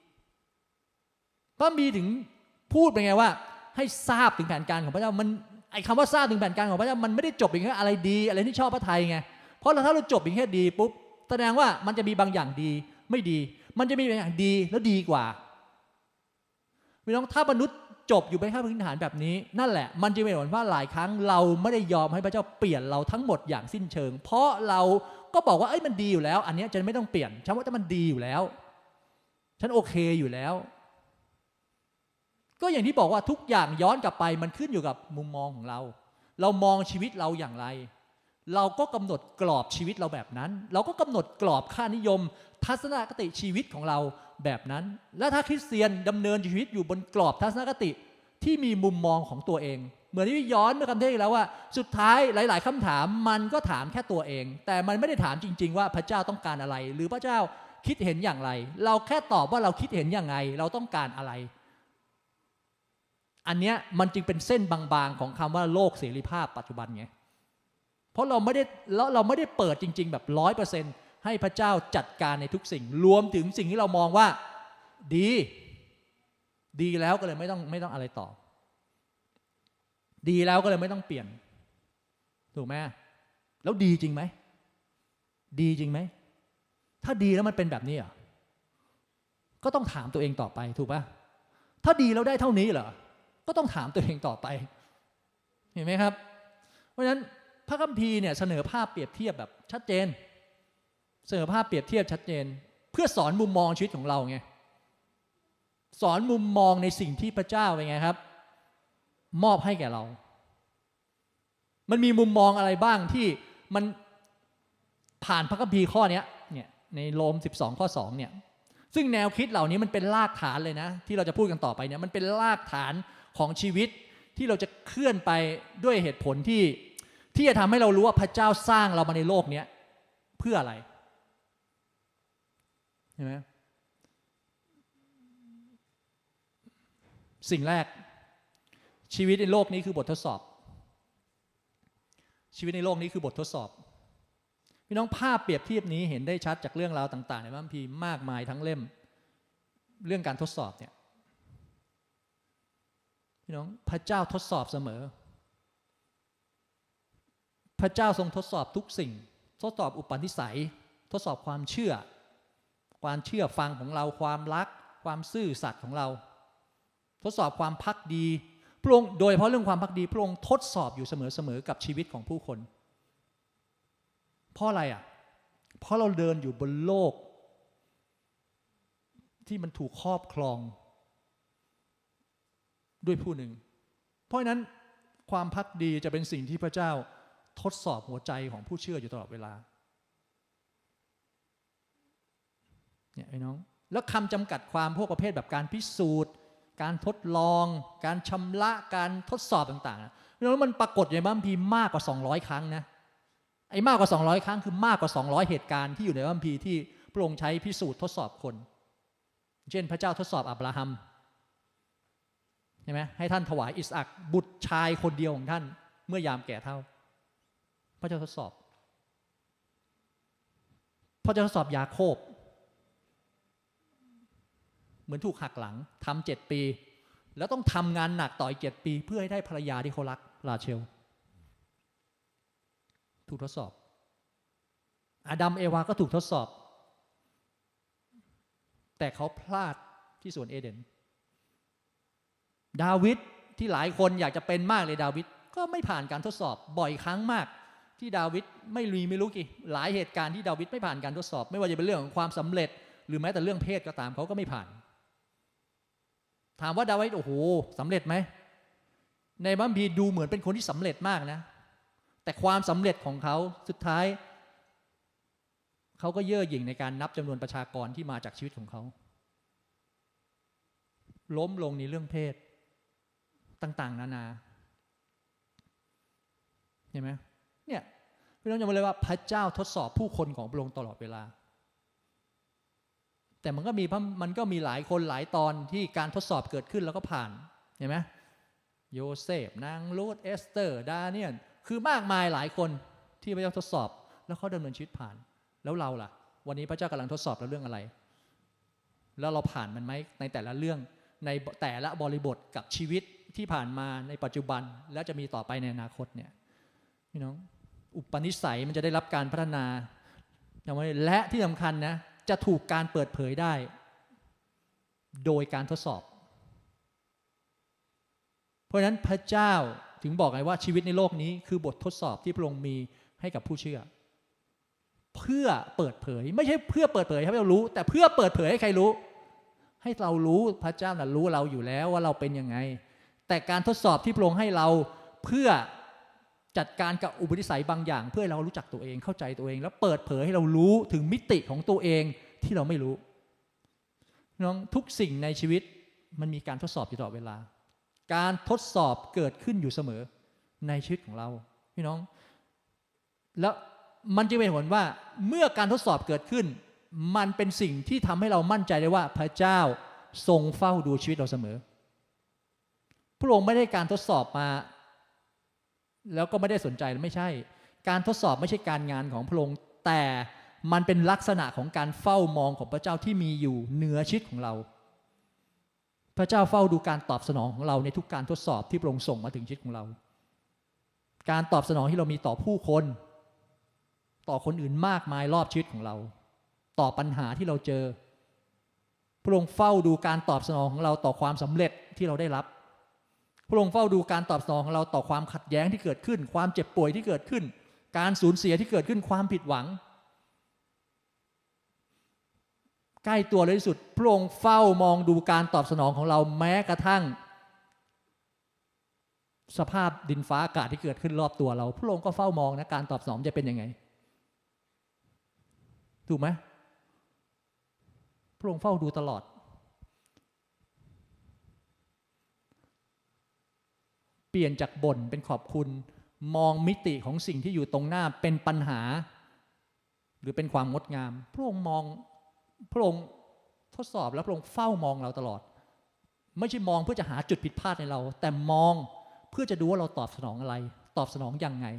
ก็มีถึงพูดเป็นไงว่าให้ทราบถึงแผนการของพระเจ้ามันไอ้คำว่าทราบถึงแผนการของพระเจ้ามันไม่ได้จบเพียงแค่อะไรดีอะไรที่ชอบพระทัยไงเพราะถ้าเราจบเพียงแค่ดีปุ๊บแสดงว่ามันจะมีบางอย่างดีไม่ดีมันจะมีบางอย่างดีแล้วดีกว่าพี่น้องถ้ามนุษย์จบอยู่บนขั้นพื้นฐานแบบนี้นั่นแหละมันจะเป็นผลว่าหลายครั้งเราไม่ได้ยอมให้พระเจ้าเปลี่ยนเราทั้งหมดอย่างสิ้นเชิงเพราะเราก็บอกว่าเอ้ยมันดีอยู่แล้วอันนี้ฉันไม่ต้องเปลี่ยนฉันว่ามันดีอยู่แล้วฉันโอเคอยู่แล้วก็อย่างที่บอกว่าทุกอย่างย้อนกลับไปมันขึ้นอยู่กับมุมมองของเราเรามองชีวิตเราอย่างไรเราก็กำหนดกรอบชีวิตเราแบบนั้นเราก็กำหนดกรอบค่านิยมทัศนคติชีวิตของเราแบบนั้นและถ้าคริสเตียนดำเนินชีวิตอยู่บนกรอบทัศนคติที่มีมุมมองของตัวเองเหมือนที่ย้อนเมื่อคำเทศแล้วว่าสุดท้ายหลายๆคำถามมันก็ถามแค่ตัวเองแต่มันไม่ได้ถามจริงๆว่าพระเจ้าต้องการอะไรหรือพระเจ้าคิดเห็นอย่างไรเราแค่ตอบว่าเราคิดเห็นอย่างไรเราต้องการอะไรอันเนี้ยมันจึงเป็นเส้นบางๆของคำว่าโลกเสรีภาพปัจจุบันไงเพราะเราไม่ได้เปิดจริงๆแบบ 100% ให้พระเจ้าจัดการในทุกสิ่งรวมถึงสิ่งที่เรามองว่าดีแล้วก็เลยไม่ต้องอะไรต่อดีแล้วก็เลยไม่ต้องเปลี่ยนถูกไหมแล้วดีจริงไหมดีจริงไหมถ้าดีแล้วมันเป็นแบบนี้เหรอก็ต้องถามตัวเองต่อไปถูกป่ะถ้าดีแล้วได้เท่านี้เหรอก็ต้องถามตัวเองต่อไปเห็นไหมครับเพราะฉะนั้นพระคัมภีร์เนี่ยเสนอภาพเปรียบเทียบแบบชัดเจนเสนอภาพเปรียบเทียบชัดเจนเพื่อสอนมุมมองชีวิตของเราไงสอนมุมมองในสิ่งที่พระเจ้าเป็นไงครับมอบให้แก่เรามันมีมุมมองอะไรบ้างที่มันผ่านพระคัมภีร์ข้อนี้เนี่ยในโรม12ข้อ2เนี่ยซึ่งแนวคิดเหล่านี้มันเป็นรากฐานเลยนะที่เราจะพูดกันต่อไปเนี่ยมันเป็นรากฐานของชีวิตที่เราจะเคลื่อนไปด้วยเหตุผลที่จะทำให้เรารู้ว่าพระเจ้าสร้างเรามาในโลกนี้เพื่ออะไรเห็นไหมสิ่งแรกชีวิตในโลกนี้คือบททดสอบชีวิตในโลกนี้คือบททดสอบพี่น้องภาพเปรียบเทียบนี้เห็นได้ชัดจากเรื่องราวต่างๆในพระคัมภีร์มากมายทั้งเล่มเรื่องการทดสอบเนี่ยพี่น้องพระเจ้าทดสอบเสมอพระเจ้าทรงทดสอบทุกสิ่งทดสอบอุปนิสัยทดสอบความเชื่อฟังของเราความรักความซื่อสัตย์ของเราทดสอบความภักดีพระองค์โดยเฉพาะเรื่องความภักดีพระองค์ทดสอบอยู่เสมอกับชีวิตของผู้คนเพราะอะไรอ่ะเพราะเราเดินอยู่บนโลกที่มันถูกครอบครองด้วยผู้หนึ่งเพราะฉะนั้นความภักดีจะเป็นสิ่งที่พระเจ้าทดสอบหัวใจของผู้เชื่ออยู่ตลอดเวลาเนี่ยไอ้น้องแล้วคำจำกัดความพวกประเภทแบบการพิสูจน์การทดลองการชำระการทดสอบต่างๆแล้วมันปรากฏในพระคัมภีร์มากกว่า200ครั้งนะไอ้มากกว่า200ครั้งคือมากกว่า200เหตุการณ์ที่อยู่ในพระคัมภีร์ที่พระองค์ใช้พิสูจน์ทดสอบคนเช่นพระเจ้าทดสอบอับราฮัมใช่ไหมให้ท่านถวายอิสอัคบุตรชายคนเดียวของท่านเมื่อยามแก่เฒ่าพระเจ้าทดสอบพระเจ้าทดสอบยาโคบเหมือนถูกหักหลังทำ7 ปีแล้วต้องทำงานหนักต่ออีก7 ปีเพื่อให้ได้ภรรยาที่เขารักราเชลถูกทดสอบอาดัมเอวาก็ถูกทดสอบแต่เขาพลาดที่สวนเอเดนดาวิดที่หลายคนอยากจะเป็นมากเลยดาวิดก็ไม่ผ่านการทดสอบบ่อยครั้งมากที่ดาวิดไม่รู้กี่หลายเหตุการณ์ที่ดาวิดไม่ผ่านการทดสอบไม่ว่าจะเป็นเรื่องของความสำเร็จหรือแม้แต่เรื่องเพศก็ตามเขาก็ไม่ผ่านถามว่าดาวิดโอ้โหสำเร็จไหมในพระคัมภีร์ดูเหมือนเป็นคนที่สำเร็จมากนะแต่ความสำเร็จของเขาสุดท้ายเขาก็เย่อหยิ่งในการนับจำนวนประชากรที่มาจากชีวิตของเขาล้มลงในเรื่องเพศต่างๆนานาเห็นไหมเนี่ยพี่น้องจำไว้เลยว่าพระเจ้าทดสอบผู้คนของพระองค์ตลอดเวลาแต่มันก็มีหลายคนหลายตอนที่การทดสอบเกิดขึ้นแล้วก็ผ่านเห็นไหมโยเซฟนางรูธเอสเตอร์ดาเนียลคือมากมายหลายคนที่พระเจ้าทดสอบแล้วเขาดำเนินชีวิตผ่านแล้วเราล่ะวันนี้พระเจ้ากำลังทดสอบเราเรื่องอะไรแล้วเราผ่านมันไหมในแต่ละเรื่องในแต่ละบริบทกับชีวิตที่ผ่านมาในปัจจุบันและจะมีต่อไปในอนาคตเนี่ยพี่น้องอุปนิสัยมันจะได้รับการพัฒนาและที่สำคัญนะจะถูกการเปิดเผยได้โดยการทดสอบเพราะฉะนั้นพระเจ้าถึงบอกไงว่าชีวิตในโลกนี้คือบททดสอบที่พระองค์มีให้กับผู้เชื่อเพื่อเปิดเผยไม่ใช่เพื่อเปิดเผยให้เรารู้แต่เพื่อเปิดเผยให้ใครรู้ให้เรารู้พระเจ้าน่ะรู้เราอยู่แล้วว่าเราเป็นยังไงแต่การทดสอบที่พระองค์ให้เราเพื่อจัดการกับอุปนิสัยบางอย่างเพื่อให้เรารู้จักตัวเองเข้าใจตัวเองแล้วเปิดเผยให้เรารู้ถึงมิติของตัวเองที่เราไม่รู้น้องทุกสิ่งในชีวิตมันมีการทดสอบอยู่ตลอดเวลาการทดสอบเกิดขึ้นอยู่เสมอในชีวิตของเราพี่น้องแล้วมันจะเป็นผลว่าเมื่อการทดสอบเกิดขึ้นมันเป็นสิ่งที่ทำให้เรามั่นใจได้ว่าพระเจ้าทรงเฝ้าดูชีวิตเราเสมอพระองค์ไม่ได้การทดสอบมาแล้วก็ไม่ได้สนใจไม่ใช่การทดสอบไม่ใช่การงานของพระองค์แต่มันเป็นลักษณะของการเฝ้ามองของพระเจ้าที่มีอยู่เหนือชีวิตของเราพระเจ้าเฝ้าดูการตอบสนองของเราในทุกการทดสอบที่พระองค์ส่งมาถึงชีวิตของเราการตอบสนองที่เรามีต่อผู้คนต่อคนอื่นมากมายรอบชีวิตของเราต่อปัญหาที่เราเจอพระองค์เฝ้าดูการตอบสนองของเราต่อความสำเร็จที่เราได้รับพระองค์เฝ้าดูการตอบสนองของเราต่อความขัดแย้งที่เกิดขึ้นความเจ็บป่วยที่เกิดขึ้นการสูญเสียที่เกิดขึ้นความผิดหวังใกล้ตัวเลยที่สุดพระองค์เฝ้ามองดูการตอบสนองของเราแม้กระทั่งสภาพดินฟ้าอากาศที่เกิดขึ้นรอบตัวเราพระองค์ก็เฝ้ามองนะการตอบสนองจะเป็นยังไงถูกไหมพระองค์เฝ้าดูตลอดเปลี่ยนจากบ่นเป็นขอบคุณมองมิติของสิ่งที่อยู่ตรงหน้าเป็นปัญหาหรือเป็นความงดงามพระองค์มองพระองค์ทดสอบและพระองค์เฝ้ามองเราตลอดไม่ใช่มองเพื่อจะหาจุดผิดพลาดในเราแต่มองเพื่อจะดูว่าเราตอบสนองอะไรตอบสนองยังไง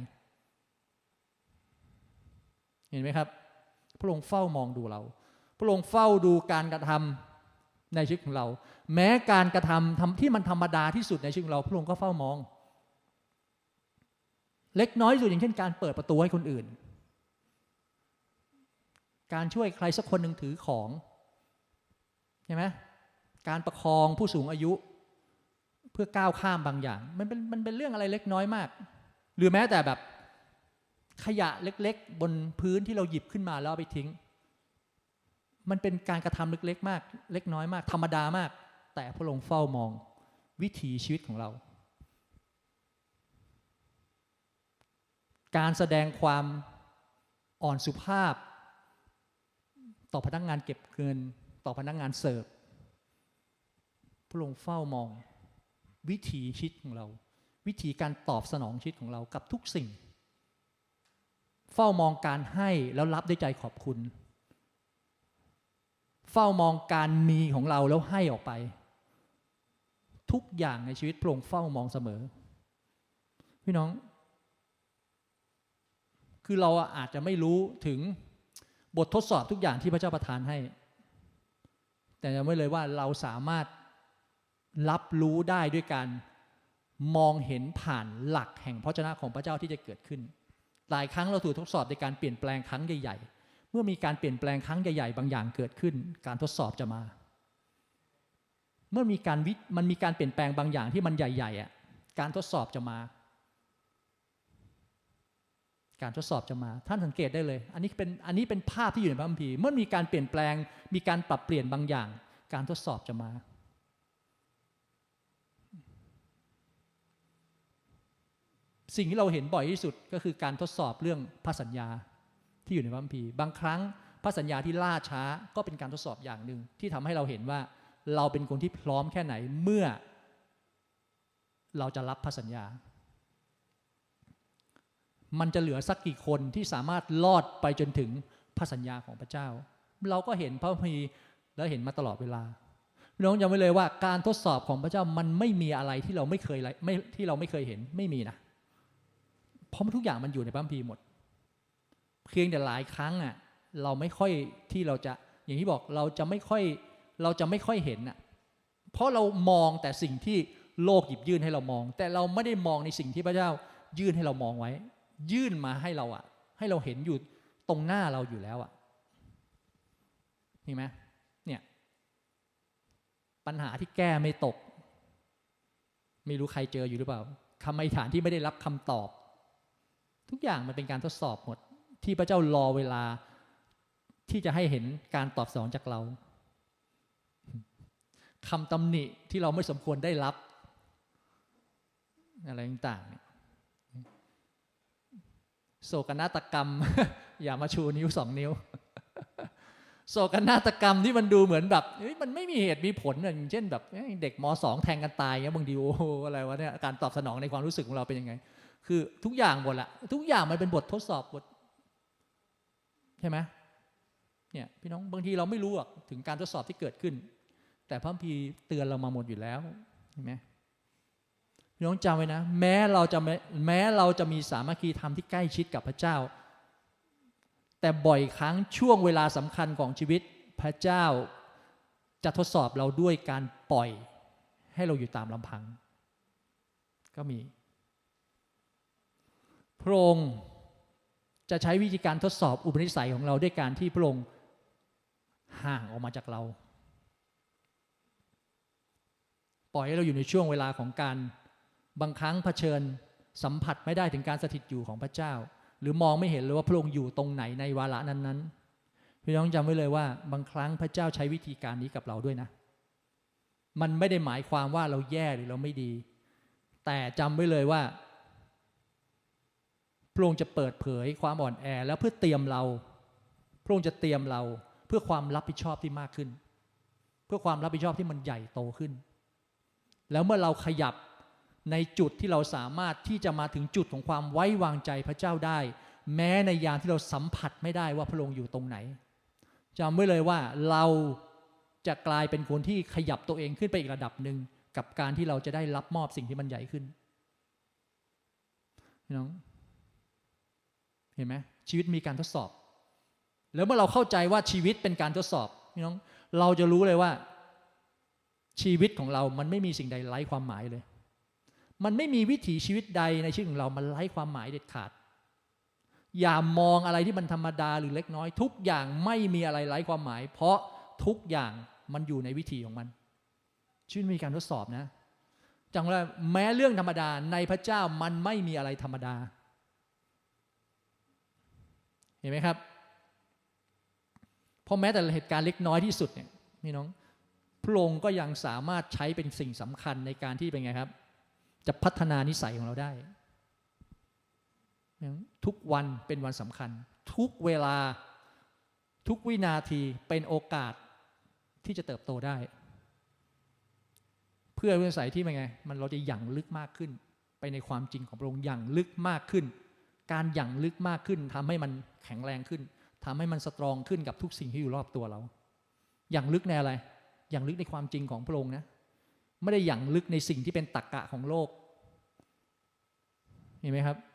เห็นไหมครับพระองค์เฝ้ามองดูเราพระองค์เฝ้าดูการกระทำในชีวิตของเราแม้การกระทำที่มันธรรมดาที่สุดในชีวิตของเราพระองค์ก็เฝ้ามองเล็กน้อยที่สุดอย่างเช่นการเปิดประตูให้คนอื่นการช่วยใครสักคนหนึ่งถือของใช่ไหมการประคองผู้สูงอายุเพื่อก้าวข้ามบางอย่างมันเป็นเรื่องอะไรเล็กน้อยมากหรือแม้แต่แบบขยะเล็กๆบนพื้นที่เราหยิบขึ้นมาแล้วเอาไปทิ้งมันเป็นการกระทำเล็กๆมากเล็กน้อยมากธรรมดามากแต่พระองค์เฝ้ามองวิถีชีวิตของเราการแสดงความอ่อนสุภาพต่อพนักงานเก็บเงินต่อพนักงานเสิร์ฟพระองค์เฝ้ามองวิถีชีวิตของเราวิธีการตอบสนองชีวิตของเรากับทุกสิ่งเฝ้ามองการให้แล้วรับด้วยใจขอบคุณเฝ้ามองการมีของเราแล้วให้ออกไปทุกอย่างในชีวิตพระองค์เฝ้ามองเสมอพี่น้องคือเราอาจจะไม่รู้ถึงบททดสอบทุกอย่างที่พระเจ้าประทานให้แต่จำไว้เลยว่าเราสามารถรับรู้ได้ด้วยการมองเห็นผ่านหลักแห่งพระวจนะของพระเจ้าที่จะเกิดขึ้นหลายครั้งเราถูกทดสอบในการเปลี่ยนแปลงครั้งใหญ่ๆเมื่อมีการเปลี่ยนแปลงครั้งใหญ่ๆบางอย่างเกิดขึ้นการทดสอบจะมาเมื่อมันมีการเปลี่ยนแปลงบางอย่างที่มันใหญ่ๆการทดสอบจะมาการทดสอบจะมาท่านสังเกตได้เลยอันนี้เป็นภาพที่อยู่ในพระคัมภีร์เมื่อมีการเปลี่ยนแปลงมีการปรับเปลี่ยนบางอย่างการทดสอบจะมาสิ่งที่เราเห็นบ่อยที่สุดก็คือการทดสอบเรื่องพระสัญญาที่อยู่ในพระคัมภีร์บางครั้งพระสัญญาที่ล่าช้าก็เป็นการทดสอบอย่างหนึ่งที่ทำให้เราเห็นว่าเราเป็นคนที่พร้อมแค่ไหนเมื่อเราจะรับพระสัญญามันจะเหลือสักกี่คนที่สามารถรอดไปจนถึงพระสัญญาของพระเจ้าเราก็เห็นพระคัมภีร์แล้วเห็นมาตลอดเวลาน้องจำไว้เลยว่าการทดสอบของพระเจ้ามันไม่มีอะไรที่เราไม่เคยเห็นไม่มีนะเพราะทุกอย่างมันอยู่ในพระคัมภีร์หมดเพียงแต่หลายครั้งอ่ะเราไม่ค่อยที่เราจะอย่างที่บอกเราจะไม่ค่อยเห็นอ่ะเพราะเรามองแต่สิ่งที่โลกหยิบยื่นให้เรามองแต่เราไม่ได้มองในสิ่งที่พระเจ้ายื่นให้เรามองไว้ยื่นมาให้เราอ่ะให้เราเห็นอยู่ตรงหน้าเราอยู่แล้วอ่ะเห็นไหมเนี่ยปัญหาที่แก้ไม่ตกไม่รู้ใครเจออยู่หรือเปล่าคำอธิษฐานที่ไม่ได้รับคำตอบทุกอย่างมันเป็นการทดสอบหมดที่พระเจ้ารอเวลาที่จะให้เห็นการตอบสนองจากเราคำตำหนิที่เราไม่สมควรได้รับอะไรต่างๆเนี่ยโศกนาฏกรรม อย่ามาชูนิ้ว2 นิ้ว โศกนาฏกรรมที่มันดูเหมือนแบบมันไม่มีเหตุมีผลอย่างเช่นแบบเด็กม.2 แทงกันตายเงี้ยบางทีโอ้อะไรวะเนี่ยการตอบสนองในความรู้สึกของเราเป็นยังไงคือทุกอย่างหมดละทุกอย่างมันเป็นบททดสอบบทใช่ไหมเนี่ยพี่น้องบางทีเราไม่รู้ถึงการทดสอบที่เกิดขึ้นแต่พระคัมภีร์เตือนเรามาหมดอยู่แล้วเห็นไหมพี่น้องจำไว้นะแม้เราจะมีสามัคคีธรรมที่ใกล้ชิดกับพระเจ้าแต่บ่อยครั้งช่วงเวลาสำคัญของชีวิตพระเจ้าจะทดสอบเราด้วยการปล่อยให้เราอยู่ตามลำพังก็มีพระองค์จะใช้วิธีการทดสอบอุปนิสัยของเราด้วยการที่พระองค์ห่างออกมาจากเราปล่อยให้เราอยู่ในช่วงเวลาของการบางครั้งเผชิญสัมผัสไม่ได้ถึงการสถิตอยู่ของพระเจ้าหรือมองไม่เห็นเลยว่าพระองค์อยู่ตรงไหนในวาระนั้นๆพี่น้องจำไว้เลยว่าบางครั้งพระเจ้าใช้วิธีการนี้กับเราด้วยนะมันไม่ได้หมายความว่าเราแย่หรือเราไม่ดีแต่จำไว้เลยว่าพระองค์จะเปิดเผยความอ่อนแอแล้วเพื่อเตรียมเราพระองค์จะเตรียมเราเพื่อความรับผิดชอบที่มากขึ้นเพื่อความรับผิดชอบที่มันใหญ่โตขึ้นแล้วเมื่อเราขยับในจุดที่เราสามารถที่จะมาถึงจุดของความไว้วางใจพระเจ้าได้แม้ในยามที่เราสัมผัสไม่ได้ว่าพระองค์อยู่ตรงไหนจำไว้เลยว่าเราจะกลายเป็นคนที่ขยับตัวเองขึ้นไปอีกระดับหนึ่งกับการที่เราจะได้รับมอบสิ่งที่มันใหญ่ขึ้นพี่น้องเห็นไหมชีวิตมีการทดสอบแล้วเมื่อเราเข้าใจว่าชีวิตเป็นการทดสอบพี่น้องเราจะรู้เลยว่าชีวิตของเรามันไม่มีสิ่งใดไร้ความหมายเลยมันไม่มีวิถีชีวิตใดในชีวิตของเรามันไร้ความหมายเด็ดขาดอย่ามองอะไรที่มันธรรมดาหรือเล็กน้อยทุกอย่างไม่มีอะไรไร้ความหมายเพราะทุกอย่างมันอยู่ในวิถีของมันชีวิตมีการทดสอบนะจังว่าแม้เรื่องธรรมดาในพระเจ้ามันไม่มีอะไรธรรมดาเห็นไหมครับเพราะแม้แต่เหตุการณ์เล็กน้อยที่สุดเนี่ยพี่น้องพระองค์ก็ยังสามารถใช้เป็นสิ่งสำคัญในการที่เป็นไงครับจะพัฒนานิสัยของเราได้ทุกวันเป็นวันสำคัญทุกเวลาทุกวินาทีเป็นโอกาสที่จะเติบโตได้เพื่อนิสัยที่เป็นไงมันเราจะหยั่งลึกมากขึ้นไปในความจริงของพระองค์หยั่งลึกมากขึ้นการหยั่งลึกมากขึ้นทำให้มันแข็งแรงขึ้นทำให้มันสตรองขึ้นกับทุกสิ่งที่อยู่รอบตัวเราหยั่งลึกในอะไรหยั่งลึกในความจริงของพระองค์นะไม่ได้หยั่งลึกในสิ่งที่เป็นตรรกะของโลกเห็นไหมครับ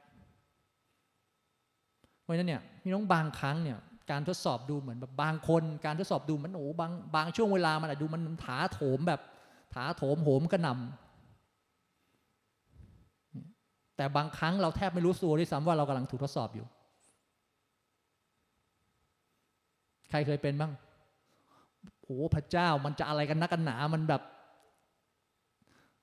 เพราะฉะนั้นเนี่ยพี่น้องบางครั้งเนี่ยการทดสอบดูเหมือนแบบบางคนการทดสอบดูมันบางช่วงเวลามันอาจดูมันถาโถมแบบถาโถมโหมกระหน่ำแต่บางครั้งเราแทบไม่รู้ตัวด้วยซ้ำว่าเรากำลังถูกทดสอบอยู่ใครเคยเป็นบ้างโอ้พระเจ้ามันจะอะไรกันนักกันหนามันแบบ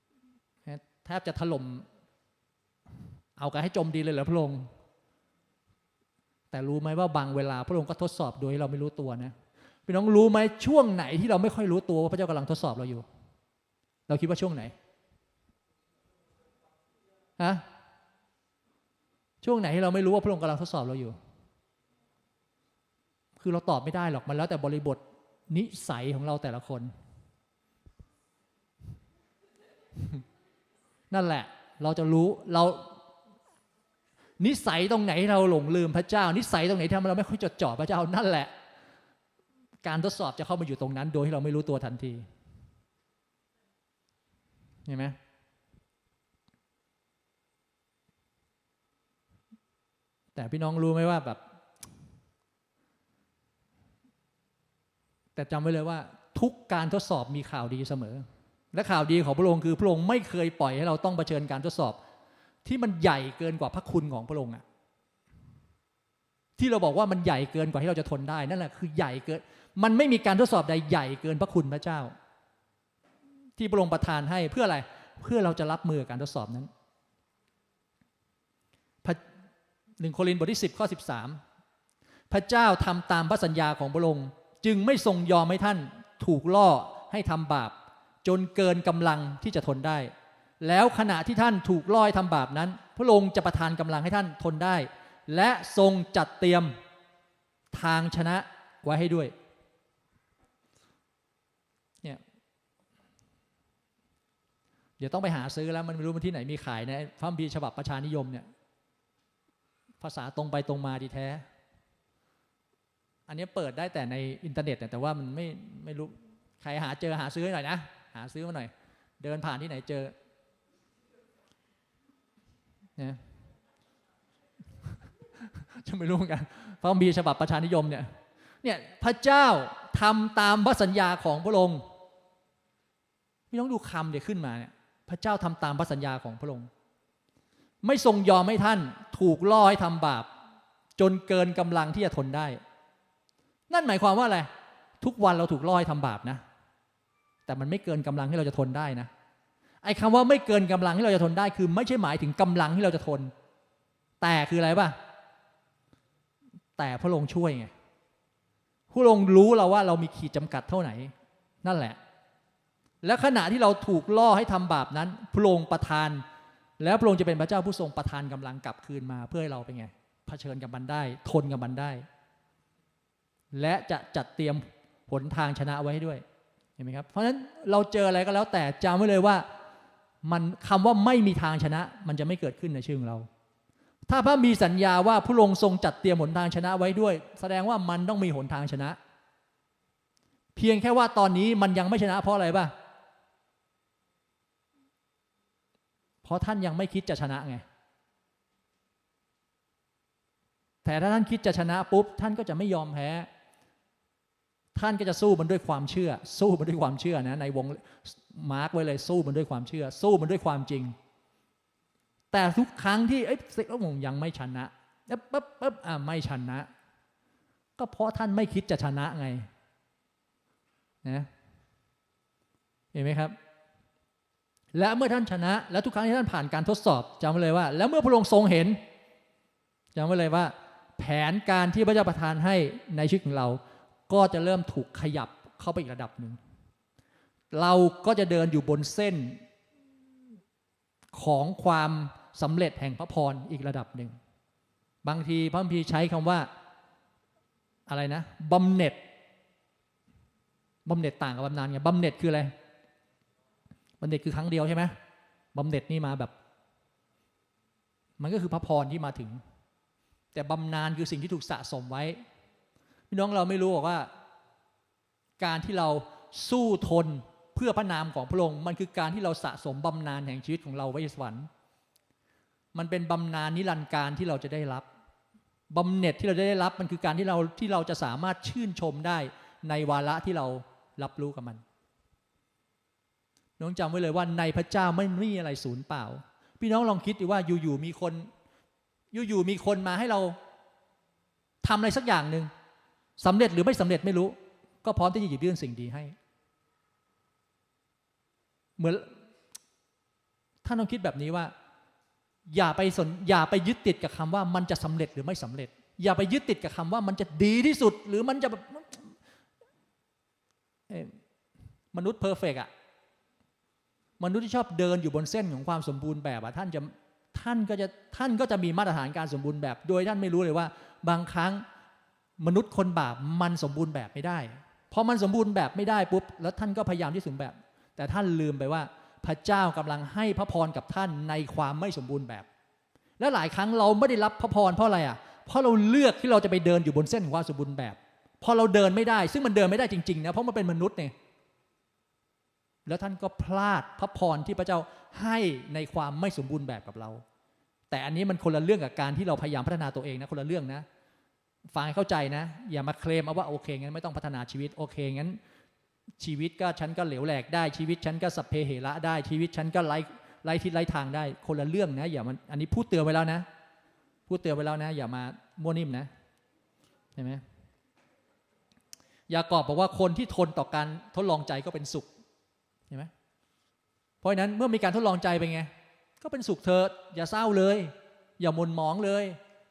แทบจะถล่มเอากันให้จมดินเลยเหรอพระองค์แต่รู้ไหมว่าบางเวลาพระองค์ก็ทดสอบโดยเราไม่รู้ตัวนะพี่น้องรู้ไหมช่วงไหนที่เราไม่ค่อยรู้ตัวว่าพระเจ้ากำลังทดสอบเราอยู่เราคิดว่าช่วงไหนฮะช่วงไหนที่เราไม่รู้ว่าพระองค์กำลังทดสอบเราอยู่คือเราตอบไม่ได้หรอกมันแล้วแต่บริบทนิสัยของเราแต่ละคนนั่นแหละเราจะรู้เรานิสัยตรงไหนเราหลงลืมพระเจ้านิสัยตรงไหนที่ทำให้เราไม่ค่อยจดจ่อพระเจ้านั่นแหละการทดสอบจะเข้ามาอยู่ตรงนั้นโดยที่เราไม่รู้ตัวทันทีเห็นไหมแต่พี่น้องรู้ไหมว่าแบบแต่จำไว้เลยว่าทุกการทดสอบมีข่าวดีเสมอและข่าวดีของพระองค์คือพระองค์ไม่เคยปล่อยให้เราต้องเผชิญการทดสอบที่มันใหญ่เกินกว่าพระคุณของพระองค์อะที่เราบอกว่ามันใหญ่เกินกว่าที่เราจะทนได้นั่นแหละคือใหญ่เกินมันไม่มีการทดสอบใดใหญ่เกินพระคุณพระเจ้าที่พระองค์ประทานให้เพื่ออะไรเพื่อเราจะรับมือกับการทดสอบนั้น1 โครินธ์บทที่10 ข้อ 13พระเจ้าทำตามพระสัญญาของพระองค์จึงไม่ทรงยอมให้ท่านถูกล่อให้ทำบาปจนเกินกำลังที่จะทนได้แล้วขณะที่ท่านถูกล่อให้ทำบาปนั้นพระองค์จะประทานกำลังให้ท่านทนได้และทรงจัดเตรียมทางชนะไว้ให้ด้วยเนี่ยเดี๋ยวต้องไปหาซื้อแล้วมันไม่รู้มันที่ไหนมีขายในพระคัมภีร์ฉบับประชานิยมเนี่ยภาษาตรงไปตรงมาดีแท้อันนี้เปิดได้แต่ในอินเทอร์เน็ตแต่ว่ามันไม่รู้ใครหาเจอหาซื้อหน่อยนะหาซื้อมาหน่อยเดินผ่านที่ไหนเจอเนี่ยจะไม่รู้เหมือนกันเพราะมีฉบับประชานิยมเนี่ยพระเจ้าทำตามพระสัญญาของพระองค์ไม่ต้องดูคำเดี๋ยวขึ้นมาเนี่ยพระเจ้าทำตามพระสัญญาของพระองค์ไม่ทรงยอมให้ท่านถูกล่อให้ทำบาปจนเกินกำลังที่จะทนได้นั่นหมายความว่าอะไรทุกวันเราถูกล่อให้ทำบาปนะแต่มันไม่เกินกำลังที่เราจะทนได้นะไอ้คำว่าไม่เกินกำลังที่เราจะทนได้คือไม่ใช่หมายถึงกำลังที่เราจะทนแต่คืออะไรป่ะแต่พระองค์ช่วยไงพระองค์รู้เราว่าเรามีขีดจำกัดเท่าไหร่นั่นแหละและขณะที่เราถูกล่อให้ทำบาปนั้นพระองค์ประทานแล้วพระองค์จะเป็นพระเจ้าผู้ทรงประทานกำลังกลับคืนมาเพื่อให้เราเป็นไงเผชิญกับมันได้ทนกับมันได้และจะจัดเตรียมหนทางชนะไว้ให้ด้วยเห็นไหมครับเพราะฉะนั้นเราเจออะไรก็แล้วแต่จำไว้เลยว่ามันคำว่าไม่มีทางชนะมันจะไม่เกิดขึ้นในชีวิตของเราถ้าพระมีสัญญาว่าพระองค์ทรงจัดเตรียมหนทางชนะไว้ด้วยแสดงว่ามันต้องมีหนทางชนะเพียงแค่ว่าตอนนี้มันยังไม่ชนะเพราะอะไรป่ะเพราะท่านยังไม่คิดจะชนะไงแต่ถ้าท่านคิดจะชนะปุ๊บท่านก็จะไม่ยอมแพ้ท่านก็จะสู้มันด้วยความเชื่อสู้มันด้วยความเชื่อนะในวงมาร์กไว้เลยสู้มันด้วยความเชื่อสู้มันด้วยความจริงแต่ทุกครั้งที่ยังไม่ชนะปั๊บไม่ชนะก็เพราะท่านไม่คิดจะชนะไงนะเห็นไหมครับและเมื่อท่านชนะและทุกครั้งที่ท่านผ่านการทดสอบจำไว้เลยว่าแล้วเมื่อพระองค์ทรงเห็นจำไว้เลยว่าแผนการที่พระเจ้าประทานให้ในชีวิตของเราก็จะเริ่มถูกขยับเข้าไปอีกระดับหนึ่งเราก็จะเดินอยู่บนเส้นของความสำเร็จแห่งพระพรอีกระดับหนึ่งบางทีพระคัมภีร์ใช้คำว่าอะไรนะบำเหน็จต่างกับบำนาญไงบำเหน็จคืออะไรบำเหน็จคือครั้งเดียวใช่ไหมบำเหน็จนี่มาแบบมันก็คือพระพรที่มาถึงแต่บำนาญคือสิ่งที่ถูกสะสมไว้พี่น้องเราไม่รู้ว่าการที่เราสู้ทนเพื่อพระนามของพระองค์มันคือการที่เราสะสมบำนาญแห่งชีวิตของเราไว้ในสวรรค์มันเป็นบำนาญนิรันดร์การที่เราจะได้รับบำเหน็จที่เราได้รับมันคือการที่เราจะสามารถชื่นชมได้ในวาระที่เรารับรู้กับมันน้องจำไว้เลยว่าในพระเจ้าไม่มีอะไรสูญเปล่าพี่น้องลองคิดดูว่าอยู่ๆมีคนมาให้เราทำอะไรสักอย่างหนึ่งสำเร็จหรือไม่สำเร็จไม่รู้ก็พร้อมที่จะหยิบยื่นสิ่งดีให้เหมือนท่านต้องคิดแบบนี้ว่าอย่าไปยึดติดกับคำว่ามันจะสำเร็จหรือไม่สำเร็จอย่าไปยึดติดกับคำว่ามันจะดีที่สุดหรือมันจะแบบมนุษย์เพอร์เฟกต์อะมนุษย์ที่ชอบเดินอยู่บนเส้นของความสมบูรณ์แบบอะท่านก็จะมีมาตรฐานการสมบูรณ์แบบ โดยท่านไม่รู้เลยว่าบางครั้งมนุษย์คนบาปมันสมบูรณ์แบบไม่ได้พอมันสมบูรณ์แบบไม่ได้ปุ๊บแล้วท่านก็พยายามที่สมบูรณ์แบบแต่ท่านลืมไปว่าพระเจ้ากำลังให้พระพรกับท่านในความไม่สมบูรณ์แบบและหลายครั้งเราไม่ได้รับพระพรเพราะอะไรอ่ะเพราะเราเลือกที่เราจะไปเดินอยู่บนเส้นของความสมบูรณ์แบบพอเราเดินไม่ได้ซึ่งมันเดินไม่ได้จริงๆนะเพราะมันเป็นมนุษย์เนี่ยแล้วท่านก็พลาดพระพรที่พระเจ้าให้ในความไม่สมบูรณ์แบบกับเราแต่อันนี้มันคนละเรื่องกับการที่เราพยายามพัฒนาตัวเองนะคนละเรื่องนะฟังให้เข้าใจนะอย่ามาเคลมเอาว่าโอเคงั้นไม่ต้องพัฒนาชีวิตโอเคงั้นชีวิตก็ฉันก็เหลวแหลกได้ชีวิตฉันก็สัพเพเหระได้ชีวิตฉันก็ไร้ทิศไร้ทางได้คนละเรื่องนะอย่ามันอันนี้พูดเตือนไว้แล้วนะพูดเตือนไว้แล้วนะอย่ามามั่วนิ่มนะเห็นไหมยากอบบอกว่าคนที่ทนต่อการทดลองใจก็เป็นสุขเห็นไหมเพราะฉะนั้นเมื่อมีการทดลองใจเป็นไงก็เป็นสุขเถิดอย่าเศร้าเลยอย่าหม่นหมองเลย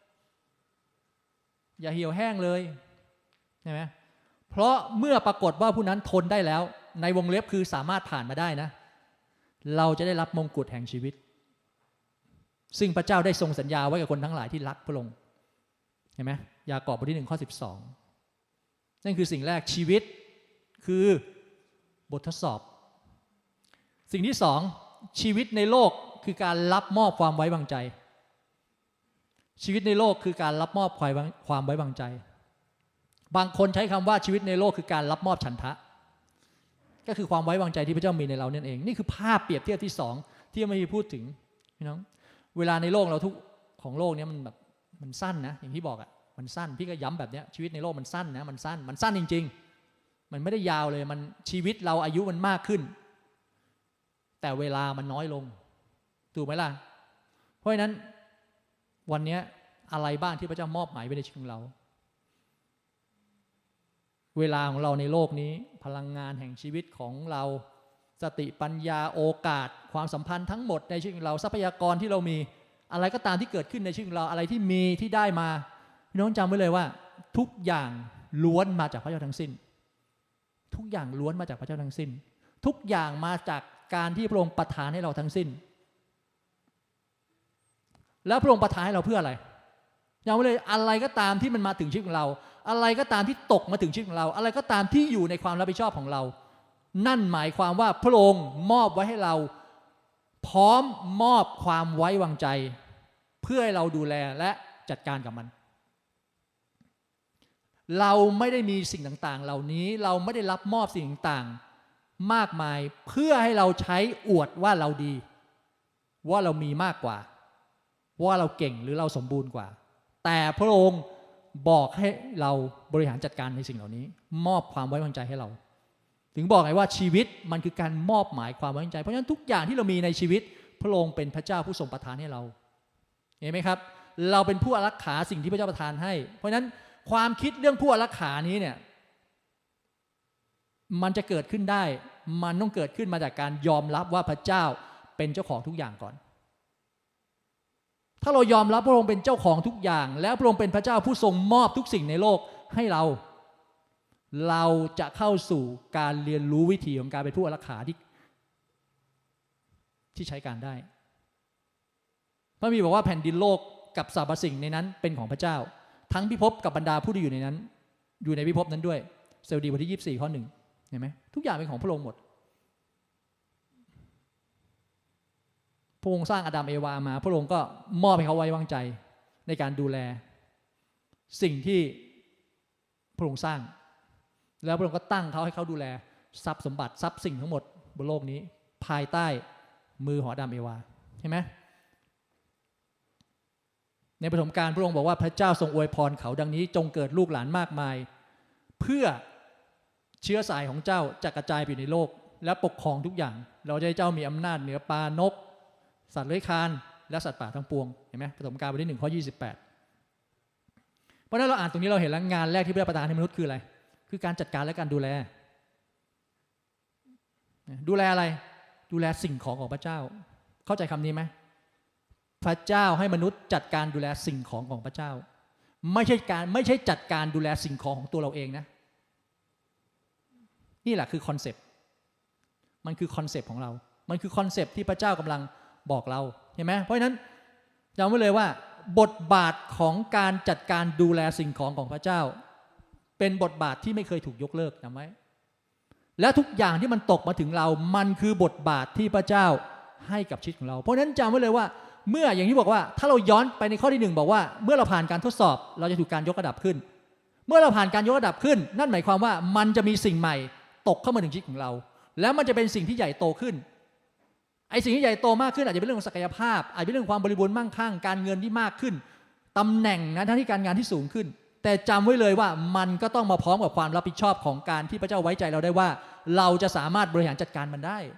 อย่าเหี่ยวแห้งเลยใช่ไหมเพราะเมื่อปรากฏว่าผู้นั้นทนได้แล้วในวงเล็บคือสามารถผ่านมาได้นะเราจะได้รับมงกุฎแห่งชีวิตซึ่งพระเจ้าได้ทรงสัญญาไว้กับคนทั้งหลายที่รักพระองค์เห็นไหมยากอบบทที่1 ข้อ 12นั่นคือสิ่งแรกชีวิตคือบททดสอบสิ่งที่2ชีวิตในโลกคือการรับมอบความไว้วางใจชีวิตในโลกคือการรับมอบความไว้วางใจบางคนใช้คำว่าชีวิตในโลกคือการรับมอบฉันทะก็คือความไว้วางใจที่พระเจ้ามีในเราเนี่ยเองนี่คือภาพเปรียบเทียบที่2ที่ไม่มีพูดถึงพี่น้องเวลาในโลกเราทุกของโลกนี้มันแบบมันสั้นนะอย่างที่บอกอ่ะมันสั้นพี่ก็ย้ำแบบนี้ชีวิตในโลกมันสั้นนะมันสั้นจริงๆมันไม่ได้ยาวเลยมันชีวิตเราอายุมันมากขึ้นแต่เวลามันน้อยลงถูกไหมล่ะเพราะฉะนั้นวันนี้อะไรบ้างที่พระเจ้ามอบหมายไว้ในชีวิตของเราเวลาของเราในโลกนี้พลังงานแห่งชีวิตของเราสติปัญญาโอกาสความสัมพันธ์ทั้งหมดในชีวิตของเราทรัพยากรที่เรามีอะไรก็ตามที่เกิดขึ้นในชีวิตของเราอะไรที่มีที่ได้มาพี่น้องจำไว้เลยว่าทุกอย่างล้วนมาจากพระเจ้าทั้งสิ้นทุกอย่างล้วนมาจากพระเจ้าทั้งสิ้นทุกอย่างมาจากการที่พระองค์ประทานให้เราทั้งสิ้นแล้วพระองค์ประทานให้เราเพื่ออะไรจำไว้เลยอะไรก็ตามที่มันมาถึงชีวิตของเราอะไรก็ตามที่ตกมาถึงชีวิตของเราอะไรก็ตามที่อยู่ในความรับผิดชอบของเรานั่นหมายความว่าพระองค์มอบไว้ให้เราพร้อมมอบความไว้วางใจเพื่อให้เราดูแลและจัดการกับมันเราไม่ได้มีสิ่งต่างๆเหล่านี้เราไม่ได้รับมอบสิ่งต่างๆมากมายเพื่อให้เราใช้อวดว่าเราดีว่าเรามีมากกว่าว่าเราเก่งหรือเราสมบูรณ์กว่าแต่พระองค์บอกให้เราบริหารจัดการในสิ่งเหล่านี้มอบความไว้วางใจให้เราถึงบอกไงว่าชีวิตมันคือการมอบหมายความไว้วางใจเพราะฉะนั้นทุกอย่างที่เรามีในชีวิตพระองค์เป็นพระเจ้าผู้ทรงประทานให้เราเห็นไหมครับเราเป็นผู้อารักขาสิ่งที่พระเจ้าประทานให้เพราะฉะนั้นความคิดเรื่องผู้อารักขานี้เนี่ยมันจะเกิดขึ้นได้มันต้องเกิดขึ้นมาจากการยอมรับว่าพระเจ้าเป็นเจ้าของทุกอย่างก่อนถ้าเรายอมรับพระองค์เป็นเจ้าของทุกอย่างแล้วพระองค์เป็นพระเจ้าผู้ทรงมอบทุกสิ่งในโลกให้เราจะเข้าสู่การเรียนรู้วิธีของการเป็นผู้อารักขาที่ใช้การได้พระมีบอกว่าแผ่นดินโลกกับสรรพสิ่งในนั้นเป็นของพระเจ้าทั้งพิภพกับบรรดาผู้ที่อยู่ในนั้นอยู่ในพิภพนั้นด้วยสดุดีบทที่24 ข้อ 1เห็นไหมทุกอย่างเป็นของพระองค์หมดพระองค์สร้างอาดัมเอวามาพระองค์ก็มอบให้เขาไว้วางใจในการดูแลสิ่งที่พระองค์สร้างแล้วพระองค์ก็ตั้งเขาให้เขาดูแลทรัพย์สมบัติทรัพย์สิ่งทั้งหมดบนโลกนี้ภายใต้มือของอาดัมเอวาเห็นไหมในปฐมกาลพระองค์บอกว่าพระเจ้าทรงอวยพรเขาดังนี้จงเกิดลูกหลานมากมายเพื่อเชื้อสายของเจ้าจะกระจายไปในโลกและปกครองทุกอย่างเราจะให้เจ้ามีอำนาจเหนือปลานกสัตว์เลื้อยคลานและสัตว์ป่าทั้งปวงเห็นไหมปฐมกาลบทที่1 ข้อ 28เพราะฉะนั้นเราอ่านตรงนี้เราเห็นแล้วงานแรกที่พระเจ้าประทานให้มนุษย์คืออะไรคือการจัดการและการดูแลอะไรดูแลสิ่งของของพระเจ้าเข้าใจคำนี้ไหมพระเจ้าให้มนุษย์จัดการดูแลสิ่งของของพระเจ้าไม่ใช่จัดการดูแลสิ่งของตัวเราเองนะนี่แหละคือคอนเซปต์มันคือคอนเซปต์ของเรามันคือคอนเซปต์ที่พระเจ้ากำลังบอกเราเห็นไหมเพราะฉะนั้นจำไว้เลยว่าบทบาทของการจัดการดูแลสิ่งของของพระเจ้าเป็นบทบาทที่ไม่เคยถูกยกเลิกจำไว้และทุกอย่างที่มันตกมาถึงเรามันคือบทบาทที่พระเจ้าให้กับชีวิตของเราเพราะฉะนั้นจำไว้เลยว่าเมื่ออย่างที่บอกว่าถ้าเราย้อนไปในข้อที่1บอกว่าเมื่อเราผ่านการทดสอบเราจะถูกการยกระดับขึ้นเมื่อเราผ่านการยกระดับขึ้นนั่นหมายความว่ามันจะมีสิ่งใหม่ตกเข้ามาถึงชีวิตของเราแล้วมันจะเป็นสิ่งที่ใหญ่โตขึ้นไอ้สิ่งที่ใหญ่โตมากขึ้นอาจจะเป็นเรื่องของศักยภาพอาจจะเป็นเรื่องความบริบูรณ์มั่งคั่งการเงินที่มากขึ้นตำแหน่งหน้าที่การงานที่สูงขึ้นแต่จำไว้เลยว่ามันก็ต้องมาพร้อมกับความรับผิดชอบของการที่พระเจ้าไว้ใจเราได้ว่าเราจะสามารถบริหารจัดการมันได้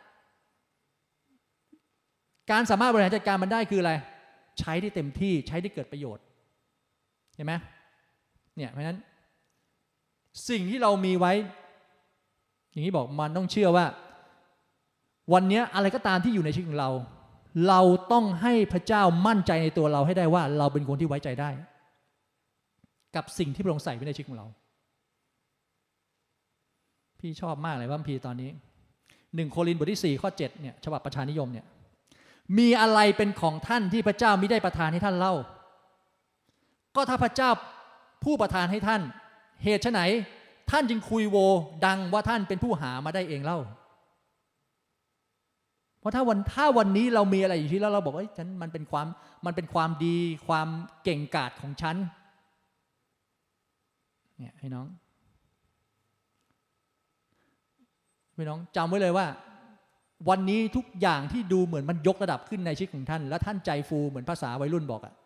การสามารถบริหารจัดการมันได้คืออะไรใช้ได้เต็มที่ใช้ได้เกิดประโยชน์เห็นไหมเนี่ยเพราะฉะนั้นสิ่งที่เรามีไว้อย่างที่บอกมันต้องเชื่อว่าวันนี้อะไรก็ตามที่อยู่ในชีวิตของเราเราต้องให้พระเจ้ามั่นใจในตัวเราให้ได้ว่าเราเป็นคนที่ไว้ใจได้กับสิ่งที่พระองค์ใส่ไว้ในชีวิตของเราพี่ชอบมากเลยพระคัมภีร์ตอนนี้1 โครินธ์บทที่4 ข้อ 7เนี่ยฉบับประชานิยมเนี่ยมีอะไรเป็นของท่านที่พระเจ้ามิได้ประทานให้ท่านเล่าก็ถ้าพระเจ้าผู้ประทานให้ท่านเหตุไฉนท่านจึงคุยโวดังว่าท่านเป็นผู้หามาได้เองเล่าเพราะถ้าวันนี้เรามีอะไรอยู่ที่แล้วเราบอกว่าฉันมันเป็นความดีความเก่งกาจของฉันเนี่ยให้น้องจำไว้เลยว่าวันนี้ทุกอย่างที่ดูเหมือนมันยกระดับขึ้นในชีวิตของท่านและท่านใจฟูเหมือนภาษาวัยรุ่นบอกอะ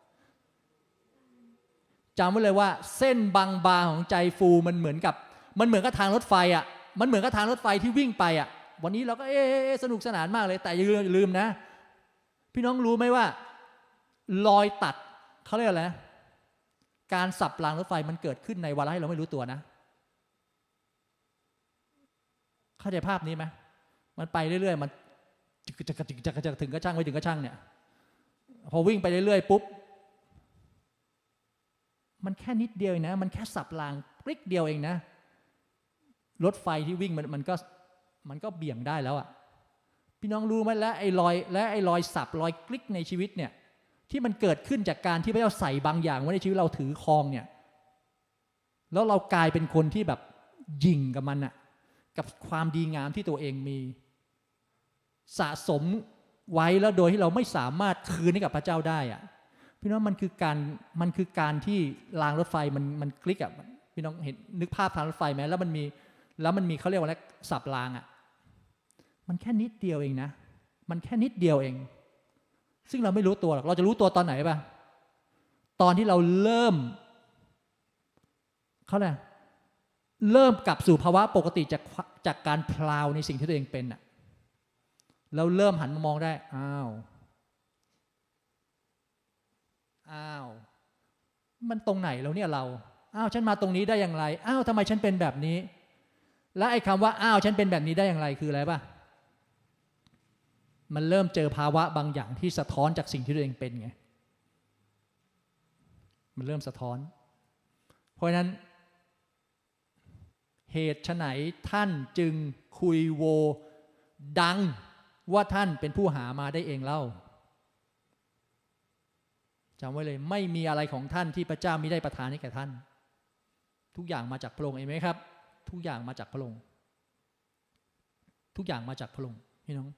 จำไว้เลยว่าเส้นบางๆของใจฟูมันเหมือนกับทางรถไฟอะมันเหมือนกับทางรถไฟที่วิ่งไปอะวันนี้เราก็สนุกสนานมากเลยแต่อย่าลืมนะพี่น้องรู้ไหมว่ารอยตัดเขาเรียกอะไรนะการสับรางรถไฟมันเกิดขึ้นในวาระที่เราไม่รู้ตัวนะเข้าใจภาพนี้ไหมมันไปเรื่อยๆมันจะถึงก็ช่างไม่ถึงก็ช่างเนี่ยพอวิ่งไปเรื่อยๆปุ๊บมันแค่นิดเดียวนะมันแค่สับรางกลิกเดียวเองนะรถไฟที่วิ่งมันก็เบี่ยงได้แล้วอ่ะพี่น้องรู้ไหมและไอ้รอยสับรอยกลิกในชีวิตเนี่ยที่มันเกิดขึ้นจากการที่พระเจ้าใส่บางอย่างไว้ในชีวิตเราถือครองเนี่ยแล้วเรากลายเป็นคนที่แบบยิงกับมันอ่ะกับความดีงามที่ตัวเองมีสะสมไว้แล้วโดยที่เราไม่สามารถคืนให้กับพระเจ้าได้อ่ะพี่น้องมันคือการที่รางรถไฟมันคลิกอ่ะพี่น้องเห็นนึกภาพทางรถไฟไหมแล้วมันมีเขาเรียกว่าอะไรสับรางอ่ะมันแค่นิดเดียวเองนะมันแค่นิดเดียวเองซึ่งเราไม่รู้ตัวหรอกเราจะรู้ตัวตอนไหนป่ะตอนที่เราเริ่มเขาเนี่ยเริ่มกลับสู่ภาวะปกติจากการพลาวในสิ่งที่ตัวเองเป็นอ่ะเราเริ่มหันมามองได้อ้าวมันตรงไหนแล้วเนี่ยเราฉันมาตรงนี้ได้อย่างไรทำไมฉันเป็นแบบนี้และไอ้คำว่าฉันเป็นแบบนี้ได้อย่างไรคืออะไรป่ะมันเริ่มเจอภาวะบางอย่างที่สะท้อนจากสิ่งที่ตัวเองเป็นไงมันเริ่มสะท้อนเพราะฉะนั้นเหตุไฉนท่านจึงคุยโวดังว่าท่านเป็นผู้หามาได้เองเล่าจำไว้เลยไม่มีอะไรของท่านที่พระเจ้ามิได้ประทานให้แก่ท่านทุกอย่างมาจากพระองค์เองไหมครับทุกอย่างมาจากพระองค์ทุกอย่างมาจากพระองค์พี่น้อง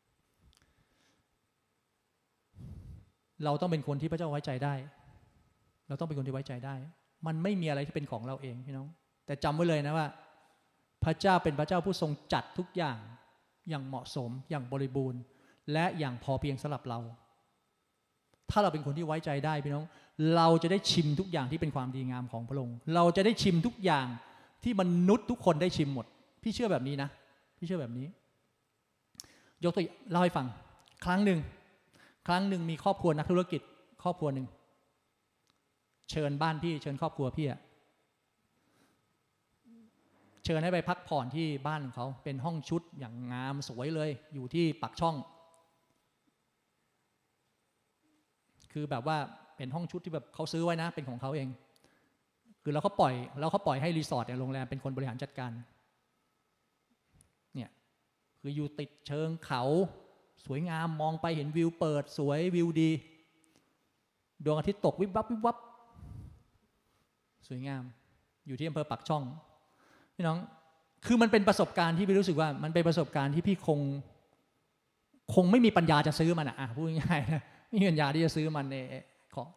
เราต้องเป็นคนที่พระเจ้าไว้ใจได้เราต้องเป็นคนที่ไว้ใจได้มันไม่มีอะไรที่เป็นของเราเองพี่น้องแต่จำไว้เลยนะว่าพระเจ้าเป็นพระเจ้าผู้ทรงจัดทุกอย่างอย่างเหมาะสมอย่างบริบูรณ์และอย่างพอเพียงสำหรับเราถ้าเราเป็นคนที่ไว้ใจได้พี่น้องเราจะได้ชิมทุกอย่างที่เป็นความดีงามของพระองค์เราจะได้ชิมทุกอย่างที่มนุษย์ทุกคนได้ชิมหมดพี่เชื่อแบบนี้นะพี่เชื่อแบบนี้ยกตัวเล่าให้ฟังครั้งหนึ่งมีครอบครัวนักธุรกิจครอบครัวหนึ่งเชิญบ้านพี่เชิญครอบครัวพี่เชิญให้ไปพักผ่อนที่บ้านของเขาเป็นห้องชุดอย่างงามสวยเลยอยู่ที่ปากช่องคือแบบว่าเป็นห้องชุดที่แบบเขาซื้อไว้นะเป็นของเขาเองคือเราก็ปล่อยให้รีสอร์ทโรงแรมเป็นคนบริหารจัดการเนี่ยคืออยู่ติดเชิงเขาสวยงามมองไปเห็นวิวเปิดสวยวิวดีดวงอาทิตย์ตกวิบวับวิบวับสวยงามอยู่ที่อำเภอปากช่องพี่น้องคือมันเป็นประสบการณ์ที่พี่รู้สึกว่ามันเป็นประสบการณ์ที่พี่คงไม่มีปัญญาจะซื้อมันอ่ะพูดง่ายๆนะไม่มีปัญญาที่จะซื้อมันขอ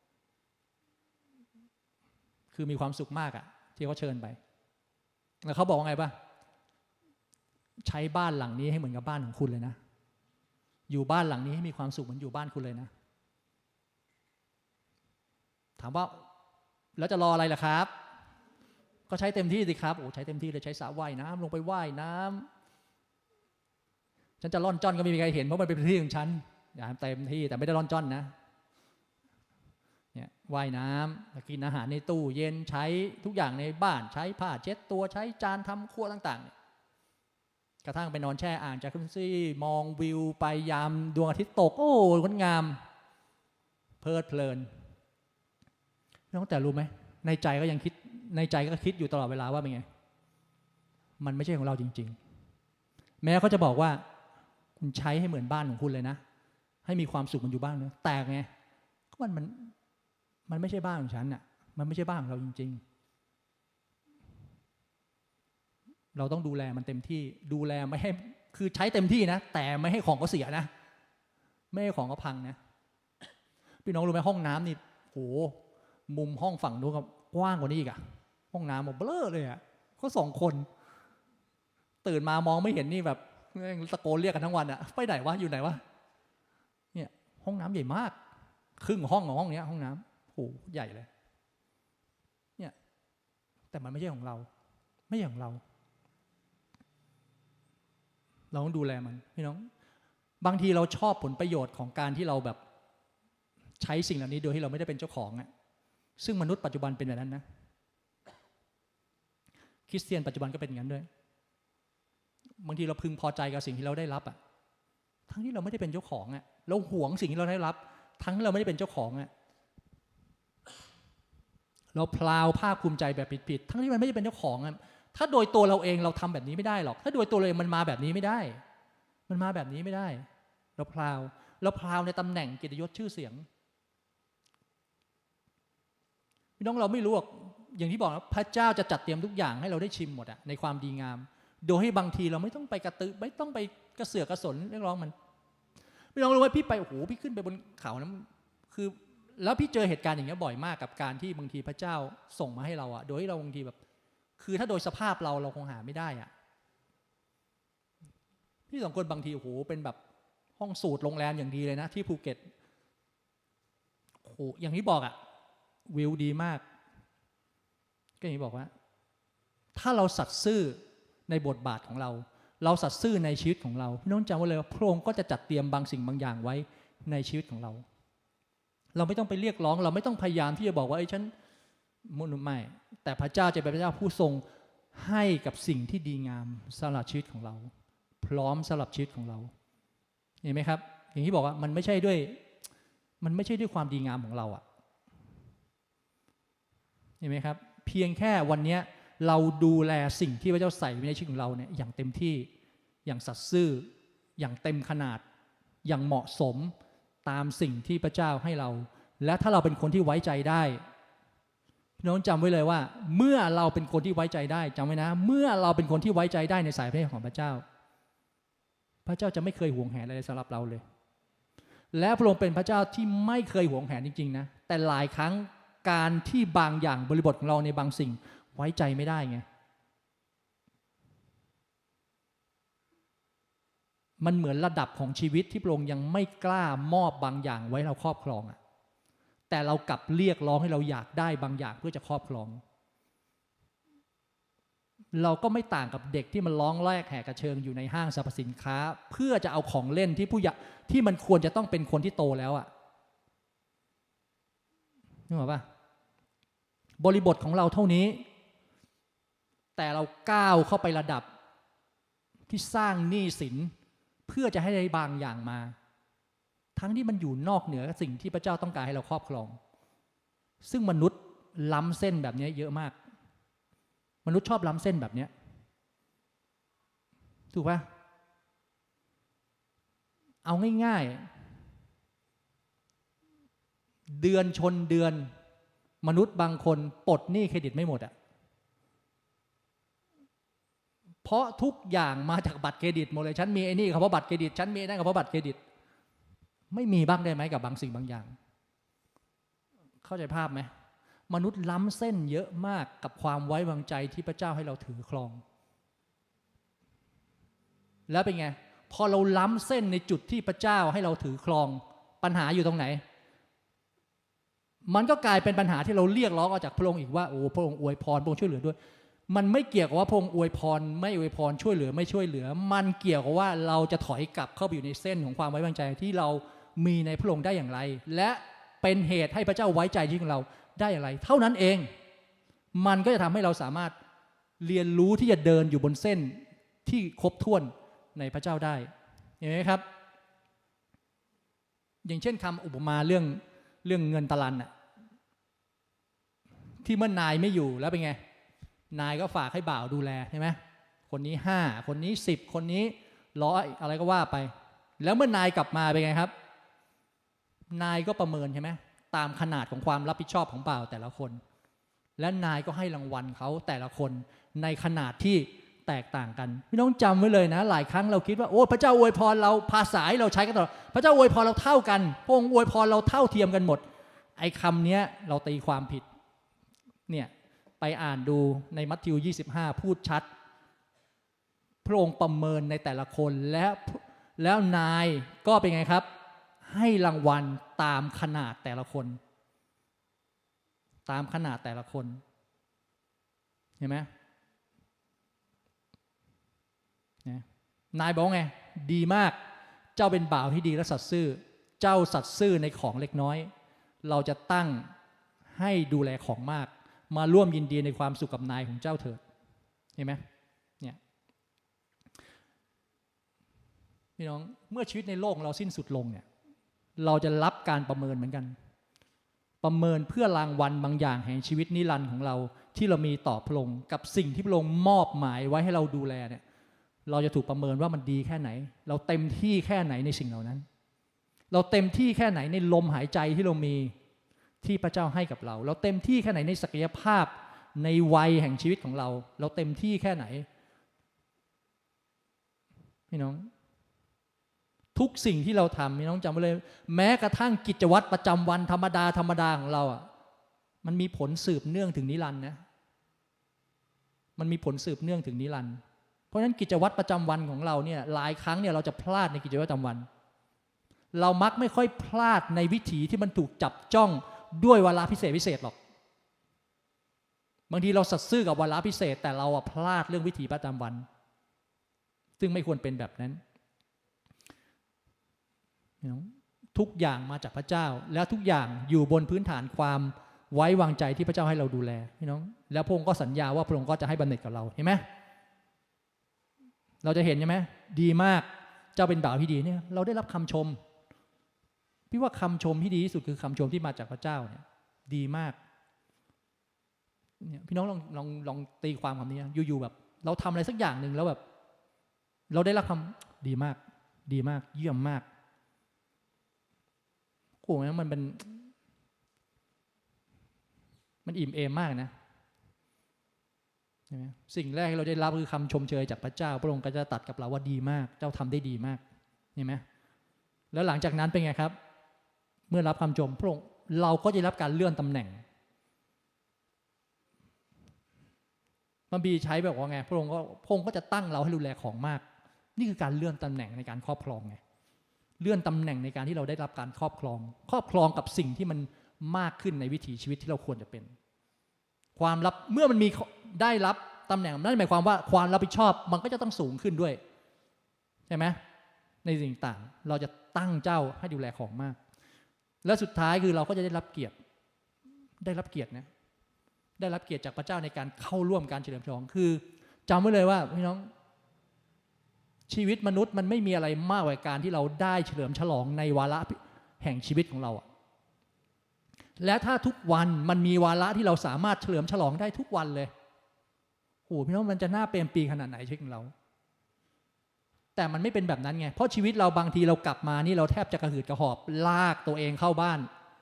คือมีความสุขมากอ่ะที่เขาเชิญไปแล้วเขาบอกว่าไงป่ะใช้บ้านหลังนี้ให้เหมือนกับบ้านของคุณเลยนะอยู่บ้านหลังนี้ให้มีความสุขเหมือนอยู่บ้านคุณเลยนะถามว่าแล้วจะรออะไรล่ะครับก็ใช้เต็มที่สิครับโอ้ใช้เต็มที่เลยใช้สระว่ายน้ำลงไปว่ายน้ำฉันจะล่อนจ้อนก็ไม่มีใครเห็นเพราะมันเป็นที่ของฉันอย่าเต็มที่แต่ไม่ได้ล่อนจ้อนนะเนี่ยว่ายน้ำกินอาหารในตู้เย็นใช้ทุกอย่างในบ้านใช้ผ้าเช็ดตัวใช้จานทำครัวต่างๆกระทั่งไปนอนแช่อ่างจากุนซี่มองวิวไปยามดวงอาทิตย์ตกโอ้งดงามเพลิดเพลินน้องแต่รู้ไหมในใจก็ยังคิดในใจก็คิดอยู่ตลอดเวลาว่าเป็นไงมันไม่ใช่ของเราจริงๆแม้เขาจะบอกว่าคุณใช้ให้เหมือนบ้านของคุณเลยนะให้มีความสุขมันอยู่บ้านเลยแต่ไงก็มันไม่ใช่บ้านของฉันน่ะมันไม่ใช่บ้านของเราจริงๆเราต้องดูแลมันเต็มที่ดูแลไม่ให้คือใช้เต็มที่นะแต่ไม่ให้ของก็เสียนะไม่ให้ของก็พังนะพี่น้องรู้ไหมห้องน้ำนี่โหมุมห้องฝั่งนู้นก็กว้างกว่านี้อีกอะห้องน้ำเบลอเลยอะเขา2 คนตื่นมามองไม่เห็นนี่แบบตะโกนเรียกกันทั้งวันอะไปไหนวะอยู่ไหนวะเนี่ยห้องน้ำใหญ่มากครึ่งห้องของห้องนี้ห้องน้ำโหใหญ่เลยเนี่ยแต่มันไม่ใช่ของเราไม่ใช่ของเราเราต้องดูแลมันพี่น้องบางทีเราชอบผลประโยชน์ของการที่เราแบบใช้สิ่งเหล่านี้โดยที่เราไม่ได้เป็นเจ้าของอะซึ่งมนุษย์ปัจจุบันเป็นแบบนั้นนะคริสเตียนปัจจุบันก็เป็นอย่างนั้นด้วยบางทีเราพึงพอใจกับสิ่งที่เราได้รับอะทั้งที่เราไม่ได้เป็นเจ้าของอะเราหวงสิ่งที่เราได้รับทั้งที่เราไม่ได้เป็นเจ้าของอะเราพลาวภาคภูมิใจแบบผิดๆทั้งที่มันไม่ได้เป็นเจ้าของอะถ้าโดยตัวเราเองเราทำแบบนี้ไม่ได้หรอกถ้าโดยตัวเราเองมันมาแบบนี้ไม่ได้มันมาแบบนี้ไม่ได้เราพลาวในตำแหน่งเกียรติยศชื่อเสียงพี่น้องเราไม่รู้หรอกอย่างที่บอกนะพระเจ้าจะจัดเตรียมทุกอย่างให้เราได้ชิมหมดอะในความดีงามโดยให้บางทีเราไม่ต้องไปกระตือไม่ต้องไปกระเสือกกระสนเรียกร้องมันพี่น้องรู้ว่าพี่ไปโอ้โหพี่ขึ้นไปบนเขานั้นคือแล้วพี่เจอเหตุการณ์อย่างเงี้ยบ่อยมากกับการที่บางทีพระเจ้าส่งมาให้เราอะโดยที่เราบางทีแบบคือถ้าโดยสภาพเราคงหาไม่ได้อะพี่2 คนบางทีโอ้โหเป็นแบบห้องสูตรโรงแรมอย่างดีเลยนะที่ภูเก็ตโอ้โหอย่างที่บอกอะวิวดีมากก็อย่างที่บอกว่าถ้าเราสัตย์ซื่อในบทบาทของเราสัตย์ซื่อในชีวิตของเราพี่น้องจำไว้เลยว่าพระองค์ก็จะจัดเตรียมบางสิ่งบางอย่างไว้ในชีวิตของเราไม่ต้องไปเรียกร้องเราไม่ต้องพยายามที่จะบอกว่าไอ้ฉันไม่แต่พระเจ้าจะเป็นพระเจ้าผู้ทรงให้กับสิ่งที่ดีงามสำหรับชีวิตของเราพร้อมสำหรับชีวิตของเราเห็นไหมครับอย่างที่บอกว่ามันไม่ใช่ด้วยความดีงามของเราอะเห็นไหมครับเพียงแค่วันนี้เราดูแลสิ่งที่พระเจ้าใส่ไว้ในชีวิตของเราเนี่ยอย่างเต็มที่อย่างสัตย์ซื่ออย่างเต็มขนาดอย่างเหมาะสมตามสิ่งที่พระเจ้าให้เราและถ้าเราเป็นคนที่ไว้ใจได้พี่น้องจำไว้เลยว่าเมื่อเราเป็นคนที่ไว้ใจได้จำไว้นะเมื่อเราเป็นคนที่ไว้ใจได้ในสายพระเนตรของพระเจ้าพระเจ้าจะไม่เคยหวงแหนอะไรสำหรับเราเลยและพระองค์เป็นพระเจ้าที่ไม่เคยหวงแหนจริงๆนะแต่หลายครั้งการที่บางอย่างบริบทของเราในบางสิ่งไว้ใจไม่ได้ไงมันเหมือนระดับของชีวิตที่พระองค์ยังไม่กล้ามอบบางอย่างไว้เราครอบครองอ่ะแต่เรากลับเรียกร้องให้เราอยากได้บางอย่างเพื่อจะครอบครองเราก็ไม่ต่างกับเด็กที่มันร้องแรกแหกกระเชิงอยู่ในห้างสรรพสินค้าเพื่อจะเอาของเล่นที่ที่มันควรจะต้องเป็นคนที่โตแล้วอ่ะนึกออกปะบริบทของเราเท่านี้แต่เราก้าวเข้าไประดับที่สร้างหนี้สินเพื่อจะให้ได้บางอย่างมาทั้งที่มันอยู่นอกเหนือสิ่งที่พระเจ้าต้องการให้เราครอบครองซึ่งมนุษย์ล้ำเส้นแบบนี้เยอะมากมนุษย์ชอบล้ำเส้นแบบนี้ถูกปะเอาง่ายๆเดือนชนเดือนมนุษย์บางคนปลดหนี้เครดิตไม่หมดเพราะทุกอย่างมาจากบัตรเครดิตหมดเลยฉันมีไอ้นี่เพราะบัตรเครดิตฉันมีนั่นเพราะบัตรเครดิตไม่มีบ้างได้ไหมกับบางสิ่งบางอย่างเข้าใจภาพไหมมนุษย์ล้ำเส้นเยอะมากกับความไว้วางใจที่พระเจ้าให้เราถือครองแล้วเป็นไงพอเราล้ำเส้นในจุดที่พระเจ้าให้เราถือครองปัญหาอยู่ตรงไหนมันก็กลายเป็นปัญหาที่เราเรียกร้องออกจากพระองค์อีกว่าโอ้พระองค์อวยพรพระองค์ช่วยเหลือด้วยมันไม่เกี่ยวกับว่าพระองค์อวยพรไม่อวยพรช่วยเหลือไม่ช่วยเหลือมันเกี่ยวกับว่าเราจะถอยกลับเข้าไปอยู่ในเส้นของความไว้วางใจที่เรามีในพระองค์ได้อย่างไรและเป็นเหตุให้พระเจ้าไว้ใจที่ของเราได้อย่างไรเท่านั้นเองมันก็จะทำให้เราสามารถเรียนรู้ที่จะเดินอยู่บนเส้นที่ครบถ้วนในพระเจ้าได้เห็นไหมครับอย่างเช่นคำอุปมาเรื่องเงินตะลันน่ะที่เมื่อนายไม่อยู่แล้วเป็นไงนายก็ฝากให้บ่าวดูแลใช่ไหมคนนี้5คนนี้10คนนี้100อะไรก็ว่าไปแล้วเมื่อนายกลับมาเป็นไงครับนายก็ประเมินใช่ไหมตามขนาดของความรับผิดชอบของบ่าวแต่ละคนและนายก็ให้รางวัลเขาแต่ละคนในขนาดที่แตกต่างกันพี่น้องจำไว้เลยนะหลายครั้งเราคิดว่าโอ้พระเจ้าอวยพรเราภาษาที่เราใช้กันตลอดพระเจ้าอวยพรเราเท่ากันพระองค์อวยพรเราเท่าเทียมกันหมดไอ้คำนี้เราตีความผิดเนี่ยไปอ่านดูในมัทธิว25พูดชัดพระองค์ประเมินในแต่ละคนแล้วนายก็เป็นไงครับให้รางวัลตามขนาดแต่ละคนตามขนาดแต่ละคนเห็นไหมนายบอกไงดีมากเจ้าเป็นบ่าวที่ดีและสัตย์ซื่อเจ้าสัตย์ซื่อในของเล็กน้อยเราจะตั้งให้ดูแลของมากมาร่วมยินดีในความสุขกับนายของเจ้าเถิดเห็นไหมเนี่ยพี่น้องเมื่อชีวิตในโลกเราสิ้นสุดลงเนี่ยเราจะรับการประเมินเหมือนกันประเมินเพื่อรางวัลบางอย่างแห่งชีวิตนิรันดร์ของเราที่เรามีต่อพระองค์กับสิ่งที่พระองค์มอบหมายไว้ให้เราดูแลเนี่ยเราจะถูกประเมินว่ามันดีแค่ไหนเราเต็มที่แค่ไหนในสิ่งเหล่านั้นเราเต็มที่แค่ไหนในลมหายใจที่เรามีที่พระเจ้าให้กับเราเราเต็มที่แค่ไหนในศักยภาพในวัยแห่งชีวิตของเราเราเต็มที่แค่ไหนพี่น้องทุกสิ่งที่เราทำพี่น้องจำไว้เลยแม้กระทั่งกิจวัตรประจำวันธรรมดาของเราอ่ะมันมีผลสืบเนื่องถึงนิรันดร์นะมันมีผลสืบเนื่องถึงนิรันดร์เพราะฉะนั้นกิจวัตรประจำวันของเราเนี่ยหลายครั้งเนี่ยเราจะพลาดในกิจวัตรประจำวันเรามักไม่ค่อยพลาดในวิถีที่มันถูกจับจ้องด้วยวาระพิเศษหรอกบางทีเราสัตย์ซื่อกับวาระพิเศษแต่เราพลาดเรื่องวิถีประจำวันซึ่งไม่ควรเป็นแบบนั้นทุกอย่างมาจากพระเจ้าและทุกอย่างอยู่บนพื้นฐานความไว้วางใจที่พระเจ้าให้เราดูแลพี่น้องแล้วพระองค์ก็สัญญาว่าพระองค์ก็จะให้บำเหน็จกับเราเห็นไหมเราจะเห็นใช่ไหมดีมากเจ้าเป็นบ่าวที่ดีเนี่ยเราได้รับคำชมพี่ว่าคำชมที่ดีที่สุดคือคำชมที่มาจากพระเจ้าเนี่ยดีมากเนี่ยพี่น้องลองตีความคำนี้อยู่ๆแบบเราทำอะไรสักอย่างหนึ่งแล้วแบบเราได้รับคำดีมากเยี่ยมมากโอ้โหมันอิ่มเอมมากนะใช่ไหมสิ่งแรกที่เราได้รับคือคำชมเชยจากพระเจ้าพระองค์ก็จะตัดกับเราว่าดีมากเจ้าทำได้ดีมากเห็นไหมแล้วหลังจากนั้นเป็นไงครับเมื่อรับคำชมพระองค์เราก็จะรับการเลื่อนตำแหน่งพระบีใช้แบบว่าไงพระองค์ก็จะตั้งเราให้ดูแลของมากนี่คือการเลื่อนตำแหน่งในการครอบครองไงเลื่อนตำแหน่งในการที่เราได้รับการครอบครองกับสิ่งที่มันมากขึ้นในวิถีชีวิตที่เราควรจะเป็นความรับเมื่อมันมีได้รับตำแหน่งนั่นหมายความว่าความรับผิดชอบมันก็จะต้องสูงขึ้นด้วยใช่ไหมในสิ่งต่างเราจะตั้งเจ้าให้ดูแลของมากและสุดท้ายคือเราก็จะได้รับเกียรตินะได้รับเกียรติจากพระเจ้าในการเข้าร่วมการเฉลิมฉลองคือจำไว้เลยว่าพี่น้องชีวิตมนุษย์มันไม่มีอะไรมากกว่าการที่เราได้เฉลิมฉลองในวาระแห่งชีวิตของเราและถ้าทุกวันมันมีวาระที่เราสามารถเฉลิมฉลองได้ทุกวันเลยโอ้พี่น้องมันจะน่าเปรมปรีขนาดไหนชีวิตของเราแต่มันไม่เป็นแบบนั้นไงเพราะชีวิตเราบางทีเรากลับมานี่เราแทบจะกระหืดกระหอบลากตัวเองเข้าบ้าน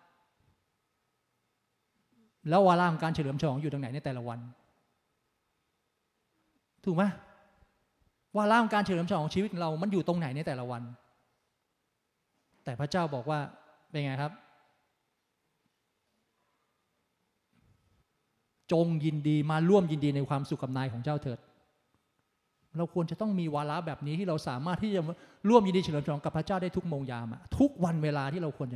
แล้ววาระของการเฉลิมฉลองอยู่ตรงไหนในแต่ละวันถูกไหมวาระของการเฉลิมฉลองชีวิตของเรามันอยู่ตรงไหนในแต่ละวันแต่พระเจ้าบอกว่าเป็นไงครับจงยินดีมาร่วมยินดีในความสุขกับนายของเจ้าเถิดเราควรจะต้องมีวาระแบบนี้ที่เราสามารถที่จะร่วมยินดีเฉลิมฉลองกับพระเจ้าได้ทุกโมงยามทุกวันเวลาที่เราควรจะ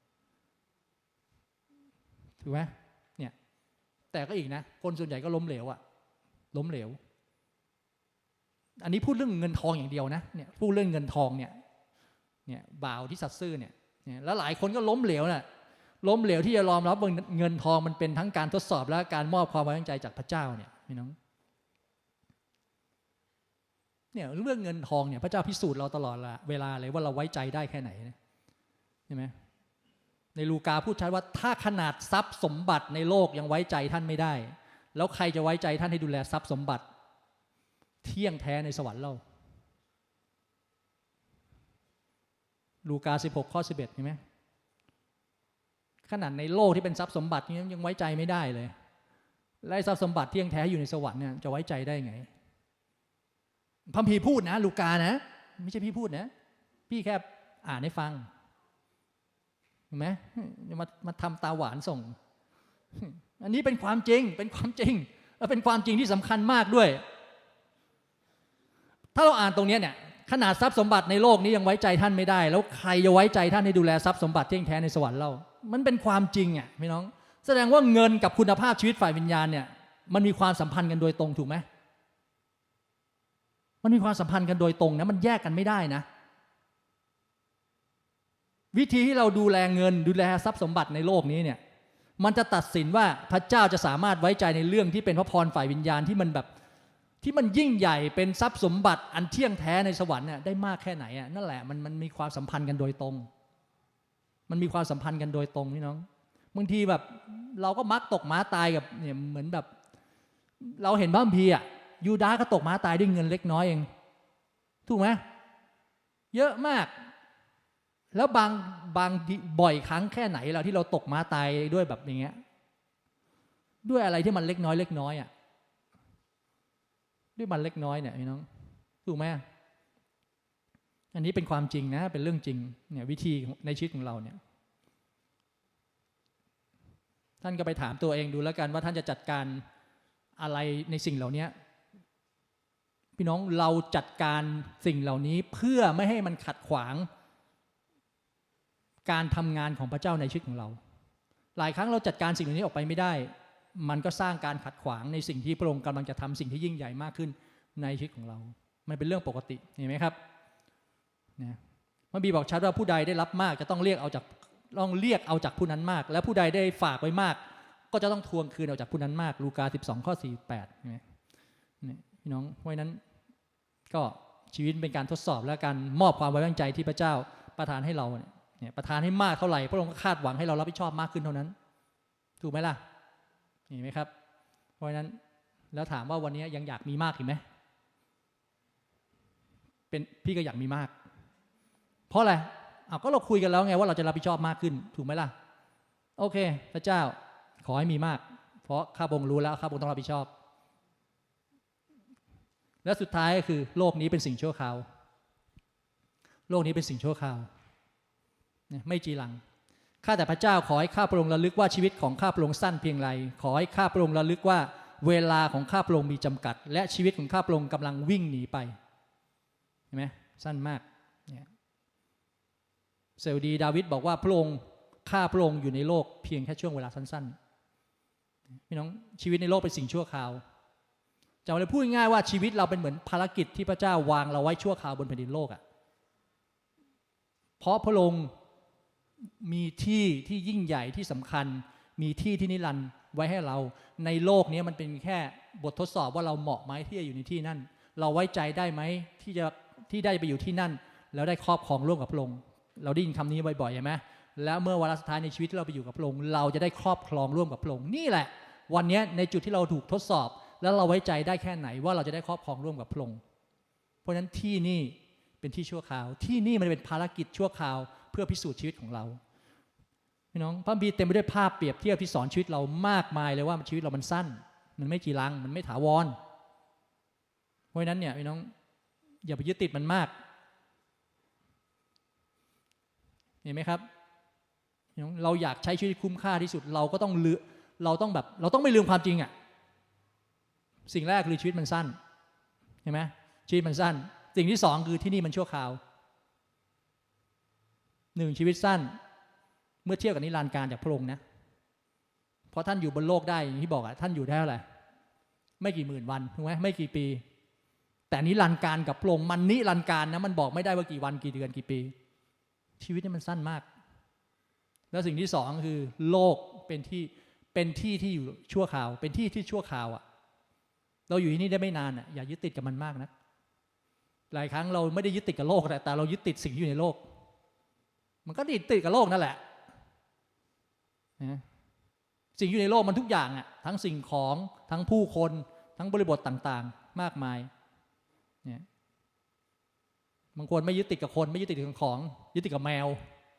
ถูกไหมเนี่ยแต่ก็อีกนะคนส่วนใหญ่ก็ล้มเหลวล้มเหลวอันนี้พูดเรื่องเงินทองอย่างเดียวนะเนี่ยพูดเรื่องเงินทองเนี่ยบ่าวที่สัตย์ซื่อเนี่ยแล้วหลายคนก็ล้มเหลวล้มเหลวที่จะยอมรับว่าเงินทองมันเป็นทั้งการทดสอบและการมอบความไว้วางใจจากพระเจ้าเนี่ยพี่น้องเนี่ยเรื่องเงินทองเนี่ยพระเจ้าพิสูจน์เราตลอดเวลาเลยว่าเราไว้ใจได้แค่ไหนใช่ไหมในลูกาพูดชัดว่าถ้าขนาดทรัพย์สมบัติในโลกยังไว้ใจท่านไม่ได้แล้วใครจะไว้ใจท่านให้ดูแลทรัพย์สมบัติเที่ยงแท้ในสวรรค์เล่าลูกา16 ข้อ 11เห็นไหมขนาดในโลกที่เป็นทรัพย์สมบัตินี้ยังไว้ใจไม่ได้เลยและทรัพย์สมบัติที่ยังแท้อยู่ในสวรรค์เนี่ยจะไว้ใจได้ไงพระคัมภีร์พูดนะลูกานะไม่ใช่พี่พูดนะพี่แค่อ่านให้ฟังเห็นไหมมาทำตาหวานส่งอันนี้เป็นความจริงเป็นความจริงและเป็นความจริงที่สำคัญมากด้วยถ้าเราอ่านตรงนี้เนี่ยขนาดทรัพย์สมบัติในโลกนี้ยังไว้ใจท่านไม่ได้แล้วใครจะไว้ใจท่านให้ดูแลทรัพย์สมบัติที่ยังแท้ในสวรรค์เรามันเป็นความจริงพี่น้องแสดงว่าเงินกับคุณภาพชีวิตฝ่ายวิญญาณเนี่ยมันมีความสัมพันธ์กันโดยตรงถูกไหมมันมีความสัมพันธ์กันโดยตรงนะมันแยกกันไม่ได้นะวิธีที่เราดูแลเงินดูแลทรัพย์สมบัติในโลกนี้เนี่ยมันจะตัดสินว่าพระเจ้าจะสามารถไว้ใจในเรื่องที่เป็นพระพรฝ่ายวิญญาณที่มันแบบที่มันยิ่งใหญ่เป็นทรัพย์สมบัติอันเที่ยงแท้ในสวรรค์เนี่ยได้มากแค่ไหนนั่นแหละมันมีความสัมพันธ์กันโดยตรงมันมีความสัมพันธ์กันโดยตรงพี่น้องบางทีแบบเราก็มักตกม้าตายกับเนี่ยเหมือนแบบเราเห็นพระคัมภีร์ยูดาห์ก็ตกม้าตายด้วยเงินเล็กน้อยเองถูกไหมเยอะมากแล้วบางบ่อยครั้งแค่ไหนเราที่เราตกม้าตายด้วยแบบอย่างเงี้ยด้วยอะไรที่มันเล็กน้อยด้วยมันเล็กน้อยเนี่ยพี่น้องถูกไหมอันนี้เป็นความจริงนะเป็นเรื่องจริงเนี่ยวิธีในชีวิตของเราเนี่ยท่านก็ไปถามตัวเองดูแล้วกันว่าท่านจะจัดการอะไรในสิ่งเหล่านี้พี่น้องเราจัดการสิ่งเหล่านี้เพื่อไม่ให้มันขัดขวางการทำงานของพระเจ้าในชีวิตของเราหลายครั้งเราจัดการสิ่งเหล่านี้ออกไปไม่ได้มันก็สร้างการขัดขวางในสิ่งที่พระองค์กำลังจะทำสิ่งที่ยิ่งใหญ่มากขึ้นในชีวิตของเรามันเป็นเรื่องปกติเห็นไหมครับนะพระบีบอกชัดว่าผู้ใดได้รับมากจะต้องเรียกเอาจากผู้นั้นมากและผู้ใดได้ฝากไว้มากก็จะต้องทวงคืนเอาจากผู้นั้นมากลูกา12 ข้อ 48ใช่ไหมพี่น้องเพราะนั้นก็ชีวิตเป็นการทดสอบและการมอบความไว้วางใจที่พระเจ้าประทานให้เราเนี่ยประทานให้มากเท่าไหร่พระองค์ก็คาดหวังให้เรารับผิดชอบมากขึ้นเท่านั้นถูกไหมล่ะเห็นไหมครับเพราะฉะนั้นแล้วถามว่าวันนี้ยังอยากมีมากอีกไหมเป็นพี่ก็อยากมีมากเพราะอะไรก็เราคุยกันแล้วไงว่าเราจะรับผิดชอบมากขึ้นถูกไหมล่ะโอเคพระเจ้าขอให้มีมากเพราะข้าพระองค์รู้แล้วข้าพระองค์ต้องรับผิดชอบและสุดท้ายก็คือโลกนี้เป็นสิ่งชั่วคราวโลกนี้เป็นสิ่งชั่วคราวไม่จีรังข้าแต่พระเจ้าขอให้ข้าพระองค์ระลึกว่าชีวิตของข้าพระองค์สั้นเพียงไรขอให้ข้าพระองค์ระลึกว่าเวลาของข้าพระองค์มีจำกัดและชีวิตของข้าพระองค์กำลังวิ่งหนีไปเห็นไหมสั้นมากเสดุดีดาวิดบอกว่าพระองค์ข้าพระองค์อยู่ในโลกเพียงแค่ช่วงเวลาสั้นๆพี่น้องชีวิตในโลกเป็นสิ่งชั่วคราวจะเลยพูดง่ายว่าชีวิตเราเป็นเหมือนภารกิจที่พระเจ้าวางเราไว้ชั่วคราวบนแผ่นดินโลกเพราะพระองค์มีที่ที่ยิ่งใหญ่ที่สำคัญมีที่ที่นิรันดร์ไว้ให้เราในโลกนี้มันเป็นแค่บททดสอบว่าเราเหมาะไหมที่จะอยู่ในที่นั่นเราไว้ใจได้ไหมที่ได้ไปอยู่ที่นั่นแล้วได้ครอบครองร่วมกับพระองค์เราได้ยินคำนี้บ่อยๆใช่ไหมแล้วเมื่อวาระสุดท้ายในชีวิตที่เราไปอยู่กับพระองค์เราจะได้ครอบครองร่วมกับพระองค์นี่แหละวันนี้ในจุดที่เราถูกทดสอบแล้วเราไว้ใจได้แค่ไหนว่าเราจะได้ครอบครองร่วมกับพระองค์เพราะฉะนั้นที่นี่เป็นที่ชั่วคราวที่นี่มันเป็นภารกิจชั่วคราวเพื่อพิสูจน์ชีวิตของเราพี่น้องพระคัมภีร์เต็มไปด้วยภาพเปรียบเทียบที่สอนชีวิตเรามากมายเลยว่าชีวิตเรามันสั้นมันไม่จีรังมันไม่ถาวรเพราะฉะนั้นเนี่ยพี่น้องอย่าไปยึดติดมันมากเห็นไหมครับเราอยากใช้ชีวิตคุ้มค่าที่สุดเราก็ต้องเราต้องไม่ลืมความจริงอ่ะสิ่งแรกคือชีวิตมันสั้นเห็นไหมชีวิตมันสั้นสิ่งที่สองคือที่นี่มันชั่วคราวหนึ่งชีวิตสั้นเมื่อเทียบกับนิรันดร์การจากพระองค์นะเพราะท่านอยู่บนโลกได้อย่างที่บอกอ่ะท่านอยู่ได้เท่าไหร่ไม่กี่หมื่นวันถูกไหมไม่กี่ปีแต่นิรันดร์การกับพระองค์มันนิรันดร์การนะมันบอกไม่ได้ว่ากี่วันกี่เดือนกี่ปีชีวิตนี่มันสั้นมากแล้วสิ่งที่สองคือโลกเป็นที่ที่อยู่ชั่วคราวเป็นที่ที่ชั่วคราวอ่ะเราอยู่ที่นี่ได้ไม่นานอ่ะอย่ายึดติดกับมันมากนะหลายครั้งเราไม่ได้ยึดติดกับโลกแต่เรายึดติดสิ่งที่อยู่ในโลกมันก็ติดกับโลกนั่นแหละสิ่งอยู่ในโลกมันทุกอย่างอ่ะทั้งสิ่งของทั้งผู้คนทั้งบริบทต่างๆมากมายเนี่ยบางคนไม่ยึดติดกับคนไม่ยึดติดกับของยึดติดกับแมว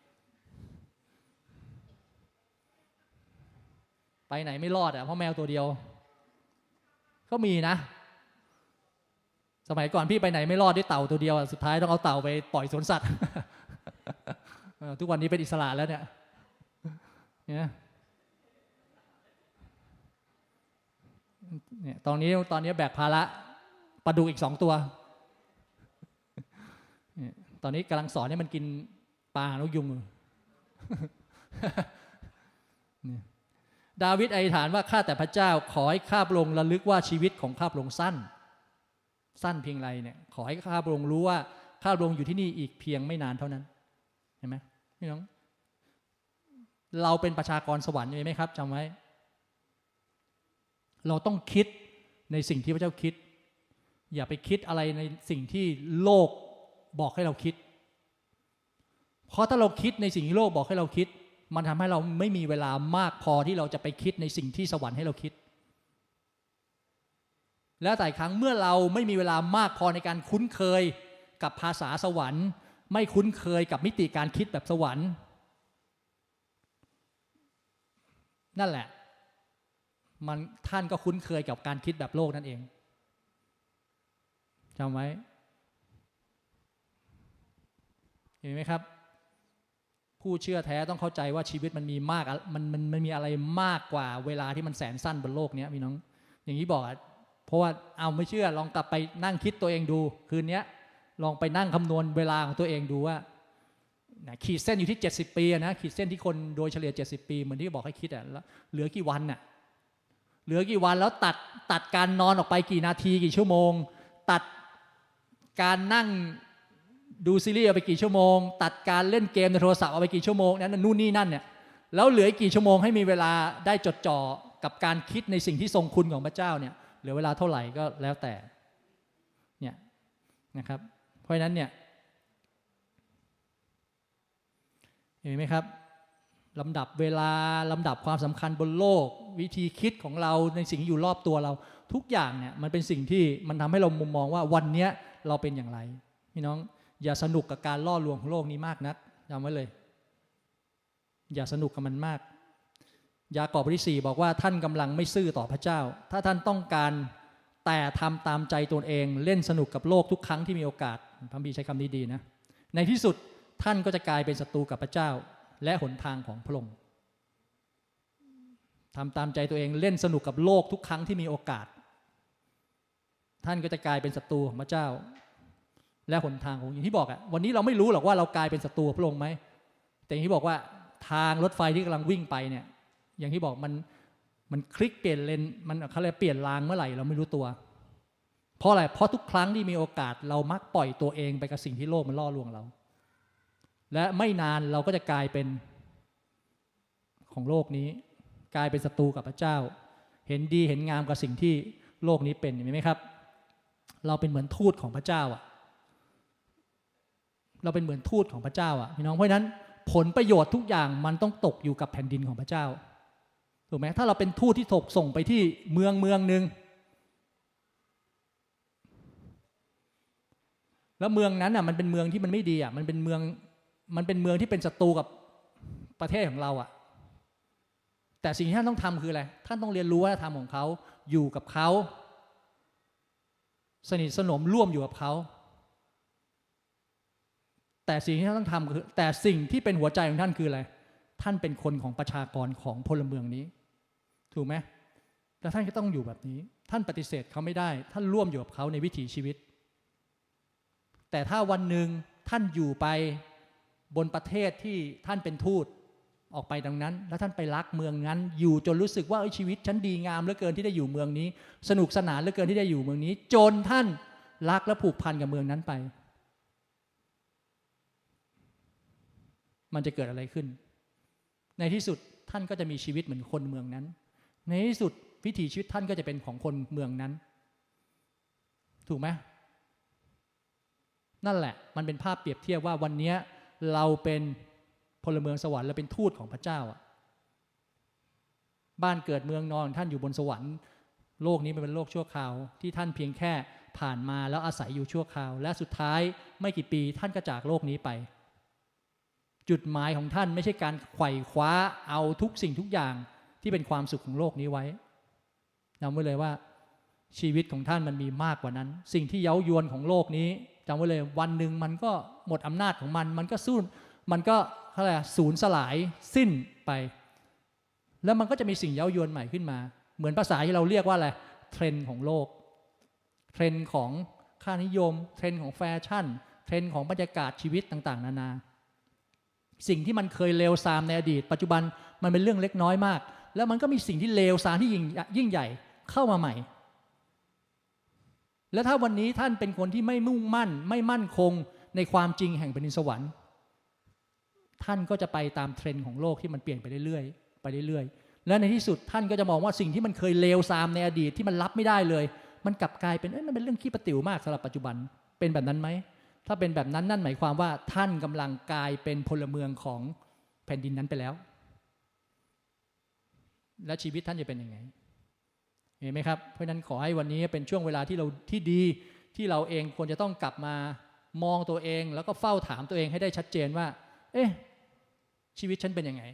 ไปไหนไม่รอดอ่ะเพราะแมวตัวเดียวก็มีนะสมัยก่อนพี่ไปไหนไม่รอดด้วยเต่าตัวเดียวสุดท้ายต้องเอาเต่าไปปล่อยสวนสัตว์ ทุกวันนี้เป็นอิสระแล้วเนี่ยตอนนี้แบกภาระปลาดุกอีก2 ตัวตอนนี้กำลังสอนให้มันกินปลาหางนกยุง ดาวิดอธิษฐานว่าข้าแต่พระเจ้าขอให้ข้าพระองค์ระลึกว่าชีวิตของข้าพระองค์สั้นเพียงไรเนี่ยขอให้ข้าพระองค์รู้ว่าข้าพระองค์อยู่ที่นี่อีกเพียงไม่นานเท่านั้นเห็นไหมพี่น้องเราเป็นประชากรสวรรค์ใช่ไหมครับจำไว้เราต้องคิดในสิ่งที่พระเจ้าคิดอย่าไปคิดอะไรในสิ่งที่โลกบอกให้เราคิดเพราะถ้าเราคิดในสิ่งที่โลกบอกให้เราคิดมันทำให้เราไม่มีเวลามากพอที่เราจะไปคิดในสิ่งที่สวรรค์ให้เราคิดและแต่ครั้งเมื่อเราไม่มีเวลามากพอในการคุ้นเคยกับภาษาสวรรค์ไม่คุ้นเคยกับมิติการคิดแบบสวรรค์นั่นแหละท่านก็คุ้นเคยกับการคิดแบบโลกนั่นเองจำไว้เห็นไหมครับผู้เชื่อแท้ต้องเข้าใจว่าชีวิตมันมีมากมันมีอะไรมากกว่าเวลาที่มันแสนสั้นบนโลกนี้พี่น้องอย่างนี้บอกเพราะว่าเอาไม่เชื่อลองกลับไปนั่งคิดตัวเองดูคืนนี้ลองไปนั่งคำนวณเวลาของตัวเองดูว่าขีดเส้นอยู่ที่70 ปีนะขีดเส้นที่คนโดยเฉลี่ย70 ปีเหมือนที่บอกให้คิดแล้วเหลือกี่วันน่ะเหลือกี่วันแล้วตัดการนอนออกไปกี่นาทีกี่ชั่วโมงตัดการนั่งดูซีรีส์เอาไปกี่ชั่วโมงตัดการเล่นเกมในโทรศัพท์เอาไปกี่ชั่วโมงนั้นนู่นนี่นั่นเนี่ยแล้วเหลือกี่ชั่วโมงให้มีเวลาได้จดจ่อกับการคิดในสิ่งที่ทรงคุณของพระเจ้าเนี่ยเหลือเวลาเท่าไหร่ก็แล้วแต่เนี่ยนะครับเพราะฉะนั้นเนี่ยเห็นไหมครับลำดับเวลาลำดับความสำคัญบนโลกวิธีคิดของเราในสิ่งที่อยู่รอบตัวเราทุกอย่างเนี่ยมันเป็นสิ่งที่มันทำให้เรามุมมองว่าวันนี้เราเป็นอย่างไรพี่น้องอย่าสนุกกับการล่อลวงของโลกนี้มากนักจำไว้เลยอย่าสนุกกับมันมากยากอบบทที่4บอกว่าท่านกำลังไม่ซื่อต่อพระเจ้าถ้าท่านต้องการแต่ทำตามใจตนเองเล่นสนุกกับโลกทุกครั้งที่มีโอกาสพระคัมภีร์ใช้คำนี้ดีนะในที่สุดท่านก็จะกลายเป็นศัตรูกับพระเจ้าและหนทางของพระองค์ทำตามใจตัวเองเล่นสนุกกับโลกทุกครั้งที่มีโอกาสท่านก็จะกลายเป็นศัตรูของพระเจ้าและหนทางของอย่างที่บอกวันนี้เราไม่รู้หรอกว่าเรากลายเป็นศัตรูพระองค์ไหมแต่อย่างที่บอกว่าทางรถไฟที่กำลังวิ่งไปเนี่ยอย่างที่บอกมันคลิกเปลี่ยนเลนมันเขาเรียกเปลี่ยนรางเมื่อไหร่เราไม่รู้ตัวเพราะอะไรเพราะทุกครั้งที่มีโอกาสเรามักปล่อยตัวเองไปกับสิ่งที่โลกมันล่อลวงเราและไม่นานเราก็จะกลายเป็นของโลกนี้กลายเป็นศัตรูกับพระเจ้าเห็นดีเห็นงามกับสิ่งที่โลกนี้เป็นเห็นไหมครับเราเป็นเหมือนทูตของพระเจ้าเราเป็นเหมือนทูตของพระเจ้าพี่น้องเพราะฉะนั้นผลประโยชน์ทุกอย่างมันต้องตกอยู่กับแผ่นดินของพระเจ้าถูกไหมถ้าเราเป็นทูตที่ถูกส่งไปที่เมืองหนึ่งแล้วเมืองนั้นอ่ะมันเป็นเมืองที่มันไม่ดีอ่ะมันเป็นเมืองที่เป็นศัตรูกับประเทศของเราอ่ะแต่สิ่งที่ท่านต้องทำคืออะไรท่านต้องเรียนรู้วัฒนธรรมของเขาอยู่กับเขาสนิทสนมร่วมอยู่กับเขาแต่สิ่งที่ท่านต้องทำคือแต่สิ่งที่เป็นหัวใจของท่านคืออะไรท่านเป็นคนของประชากรของพลเมืองนี้ถูกไหมแล้วท่านก็ต้องอยู่แบบนี้ท่านปฏิเสธเขาไม่ได้ท่านร่วมอยู่กับเขาในวิถีชีวิตแต่ถ้าวันหนึ่งท่านอยู่ไปบนประเทศที่ท่านเป็นทูตออกไปดังนั้นแล้วท่านไปรักเมืองนั้นอยู่จนรู้สึกว่าชีวิตฉันดีงามเหลือเกินที่ได้อยู่เมืองนี้สนุกสนานเหลือเกินที่ได้อยู่เมืองนี้จนท่านรักและผูกพันกับเมืองนั้นไปมันจะเกิดอะไรขึ้นในที่สุดท่านก็จะมีชีวิตเหมือนคนเมืองนั้นในที่สุดวิถีชีวิตท่านก็จะเป็นของคนเมืองนั้นถูกไหมนั่นแหละมันเป็นภาพเปรียบเทียบว่าวันนี้เราเป็นพลเมืองสวรรค์เราเป็นทูตของพระเจ้าบ้านเกิดเมืองนอนท่านอยู่บนสวรรค์โลกนี้มันเป็นโลกชั่วคราวที่ท่านเพียงแค่ผ่านมาแล้วอาศัยอยู่ชั่วคราวและสุดท้ายไม่กี่ปีท่านก็จากโลกนี้ไปจุดหมายของท่านไม่ใช่การไขว่คว้าเอาทุกสิ่งทุกอย่างที่เป็นความสุขของโลกนี้ไว้จำไว้เลยว่าชีวิตของท่านมันมีมากกว่านั้นสิ่งที่เย้ายวนของโลกนี้จำไว้เลยวันหนึ่งมันก็หมดอำนาจของมันก็สู้มันก็อะไรสูญสลายสิ้นไปแล้วมันก็จะมีสิ่งเย้ายวนใหม่ขึ้นมาเหมือนภาษาที่เราเรียกว่าอะไรเทรนด์ของโลกเทรนด์ของค่านิยมเทรนด์ของแฟชั่นเทรนด์ของบรรยากาศชีวิตต่างๆนานาสิ่งที่มันเคยเลวทรามในอดีตปัจจุบันมันเป็นเรื่องเล็กน้อยมากแล้วมันก็มีสิ่งที่เลวทรามที่ยิ่งใหญ่เข้ามาใหม่แล้วถ้าวันนี้ท่านเป็นคนที่ไม่มุ่งมั่นไม่มั่นคงในความจริงแห่งแผ่นดินสวรรค์ท่านก็จะไปตามเทรนด์ของโลกที่มันเปลี่ยนไปเรื่อยๆและในที่สุดท่านก็จะมองว่าสิ่งที่มันเคยเลวทรามในอดีตที่มันรับไม่ได้เลยมันกลับกลายเป็นมันเป็นเรื่องขี้ประติ๋วมากสำหรับปัจจุบันเป็นแบบนั้นไหมถ้าเป็นแบบนั้นนั่นหมายความว่าท่านกำลังกลายเป็นพลเมืองของแผ่นดินนั้นไปแล้วและชีวิตท่านจะเป็นยังไงเห็นไหมครับเพราะนั้นขอให้วันนี้เป็นช่วงเวลาที่ดีที่เราเองควรจะต้องกลับมามองตัวเองแล้วก็เฝ้าถามตัวเองให้ได้ชัดเจนว่าชีวิตฉันเป็นยังไง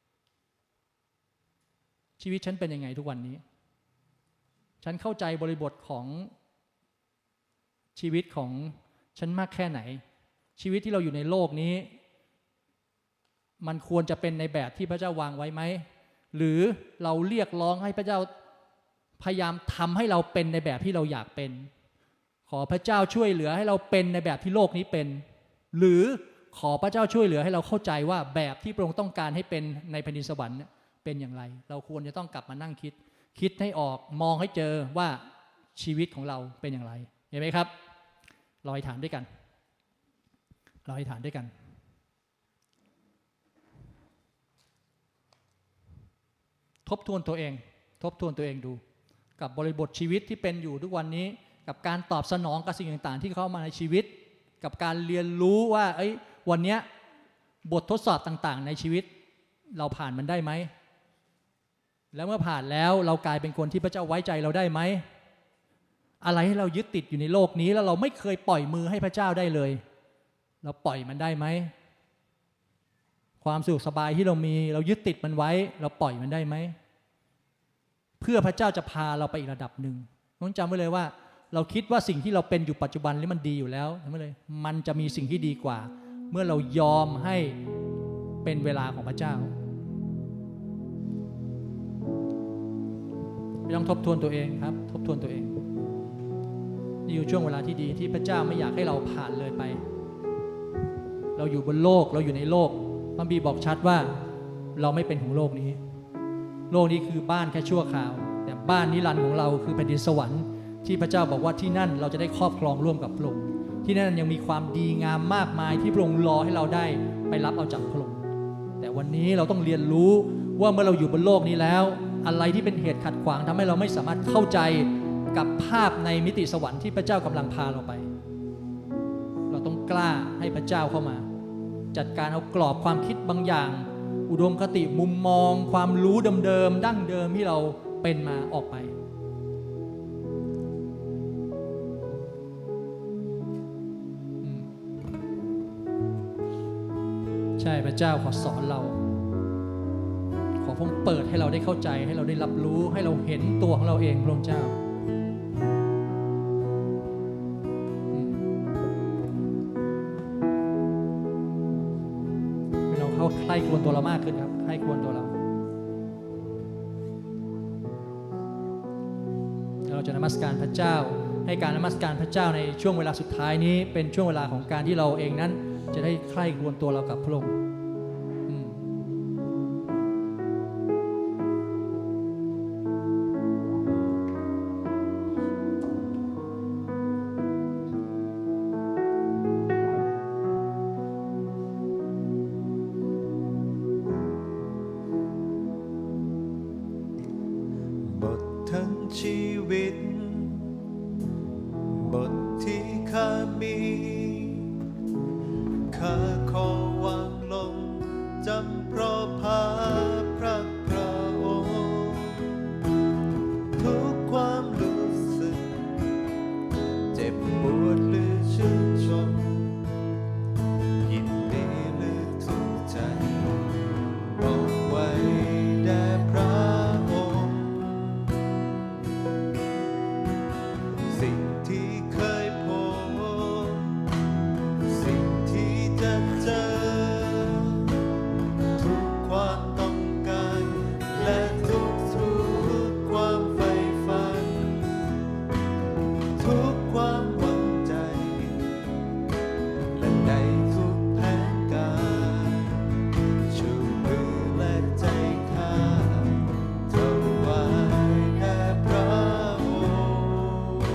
ชีวิตฉันเป็นยังไงทุกวันนี้ฉันเข้าใจบริบทของชีวิตของฉันมากแค่ไหนชีวิตที่เราอยู่ในโลกนี้มันควรจะเป็นในแบบที่พระเจ้าวางไว้ไหมหรือเราเรียกร้องให้พระเจ้าพยายามทำให้เราเป็นในแบบที่เราอยากเป็นขอพระเจ้าช่วยเหลือให้เราเป็นในแบบที่โลกนี้เป็นหรือขอพระเจ้าช่วยเหลือให้เราเข้าใจว่าแบบที่พระองค์ต้องการให้เป็นในแผ่นดินสวรรค์เป็นอย่างไรเราควรจะต้องกลับมานั่งคิดให้ออกมองให้เจอว่าชีวิตของเราเป็นอย่างไรเห็นไหมครับเราอธิษฐานด้วยกันทบทวนตัวเองดูกับบริบทชีวิตที่เป็นอยู่ทุกวันนี้กับการตอบสนองกับสิ่งต่างๆที่เข้ามาในชีวิตกับการเรียนรู้ว่าวันนี้บททดสอบต่างๆในชีวิตเราผ่านมันได้ไหมแล้วเมื่อผ่านแล้วเรากลายเป็นคนที่พระเจ้าไว้ใจเราได้ไหมอะไรให้เรายึดติดอยู่ในโลกนี้แล้วเราไม่เคยปล่อยมือให้พระเจ้าได้เลยเราปล่อยมันได้ไหมความสุขสบายที่เรามีเรายึดติดมันไว้เราปล่อยมันได้ไหมเพื่อพระเจ้าจะพาเราไปอีกระดับหนึ่งต้องจำไว้เลยว่าเราคิดว่าสิ่งที่เราเป็นอยู่ปัจจุบันนี่มันดีอยู่แล้วจำไว้เลยมันจะมีสิ่งที่ดีกว่าเมื่อเรายอมให้เป็นเวลาของพระเจ้าไม่ต้องทบทวนตัวเองครับทบทวนตัวเองนี่อยู่ช่วงเวลาที่ดีที่พระเจ้าไม่อยากให้เราผ่านเลยไปเราอยู่บนโลกเราอยู่ในโลกพระบีบอกชัดว่าเราไม่เป็นของโลกนี้โลกนี้คือบ้านแค่ชั่วคราวแต่บ้านนิรันดร์ของเราคือแผ่นดินสวรรค์ที่พระเจ้าบอกว่าที่นั่นเราจะได้ครอบครองร่วมกับพระองค์ที่นั่นยังมีความดีงามมากมายที่พระองค์รอให้เราได้ไปรับเอาจากพระองค์แต่วันนี้เราต้องเรียนรู้ว่าเมื่อเราอยู่บนโลกนี้แล้วอะไรที่เป็นเหตุขัดขวางทำให้เราไม่สามารถเข้าใจกับภาพในมิติสวรรค์ที่พระเจ้ากำลังพาเราไปเราต้องกล้าให้พระเจ้าเข้ามาจัดการเอากรอบความคิดบางอย่าง อุดมคติมุมมองความรู้เดิมๆดั้งเดิมที่เราเป็นมาออกไปใช่พระเจ้าขอสอนเราขอพระองค์เปิดให้เราได้เข้าใจให้เราได้รับรู้ให้เราเห็นตัวของเราเองพระองค์เจ้าให้เราเข้าใคร่ครวญตัวเรามากขึ้นครับใคร่ครวญตัวเราเราจะนมัสการพระเจ้าให้การนมัสการพระเจ้าในช่วงเวลาสุดท้ายนี้เป็นช่วงเวลาของการที่เราเองนั้นจะได้ใคร่ครวญตัวเรากับพระองค์บททั้งชีวิตบทที่ข้ามีข้าขอวางลงจำเพราะพาพระองค์ทุกความรู้สึกเจ็บปวดหรือชื่นชมยินดีหรือทุกข์ใจบอกไว้แด่พระองค์สิ่งที่เคยพบสิ่งที่จะเจอทุกความต้องการและทุกความใฝ่ฝันทุกความหวังใจและในทุกแผนการชูมือและใจข้าถวายแด่พระองค์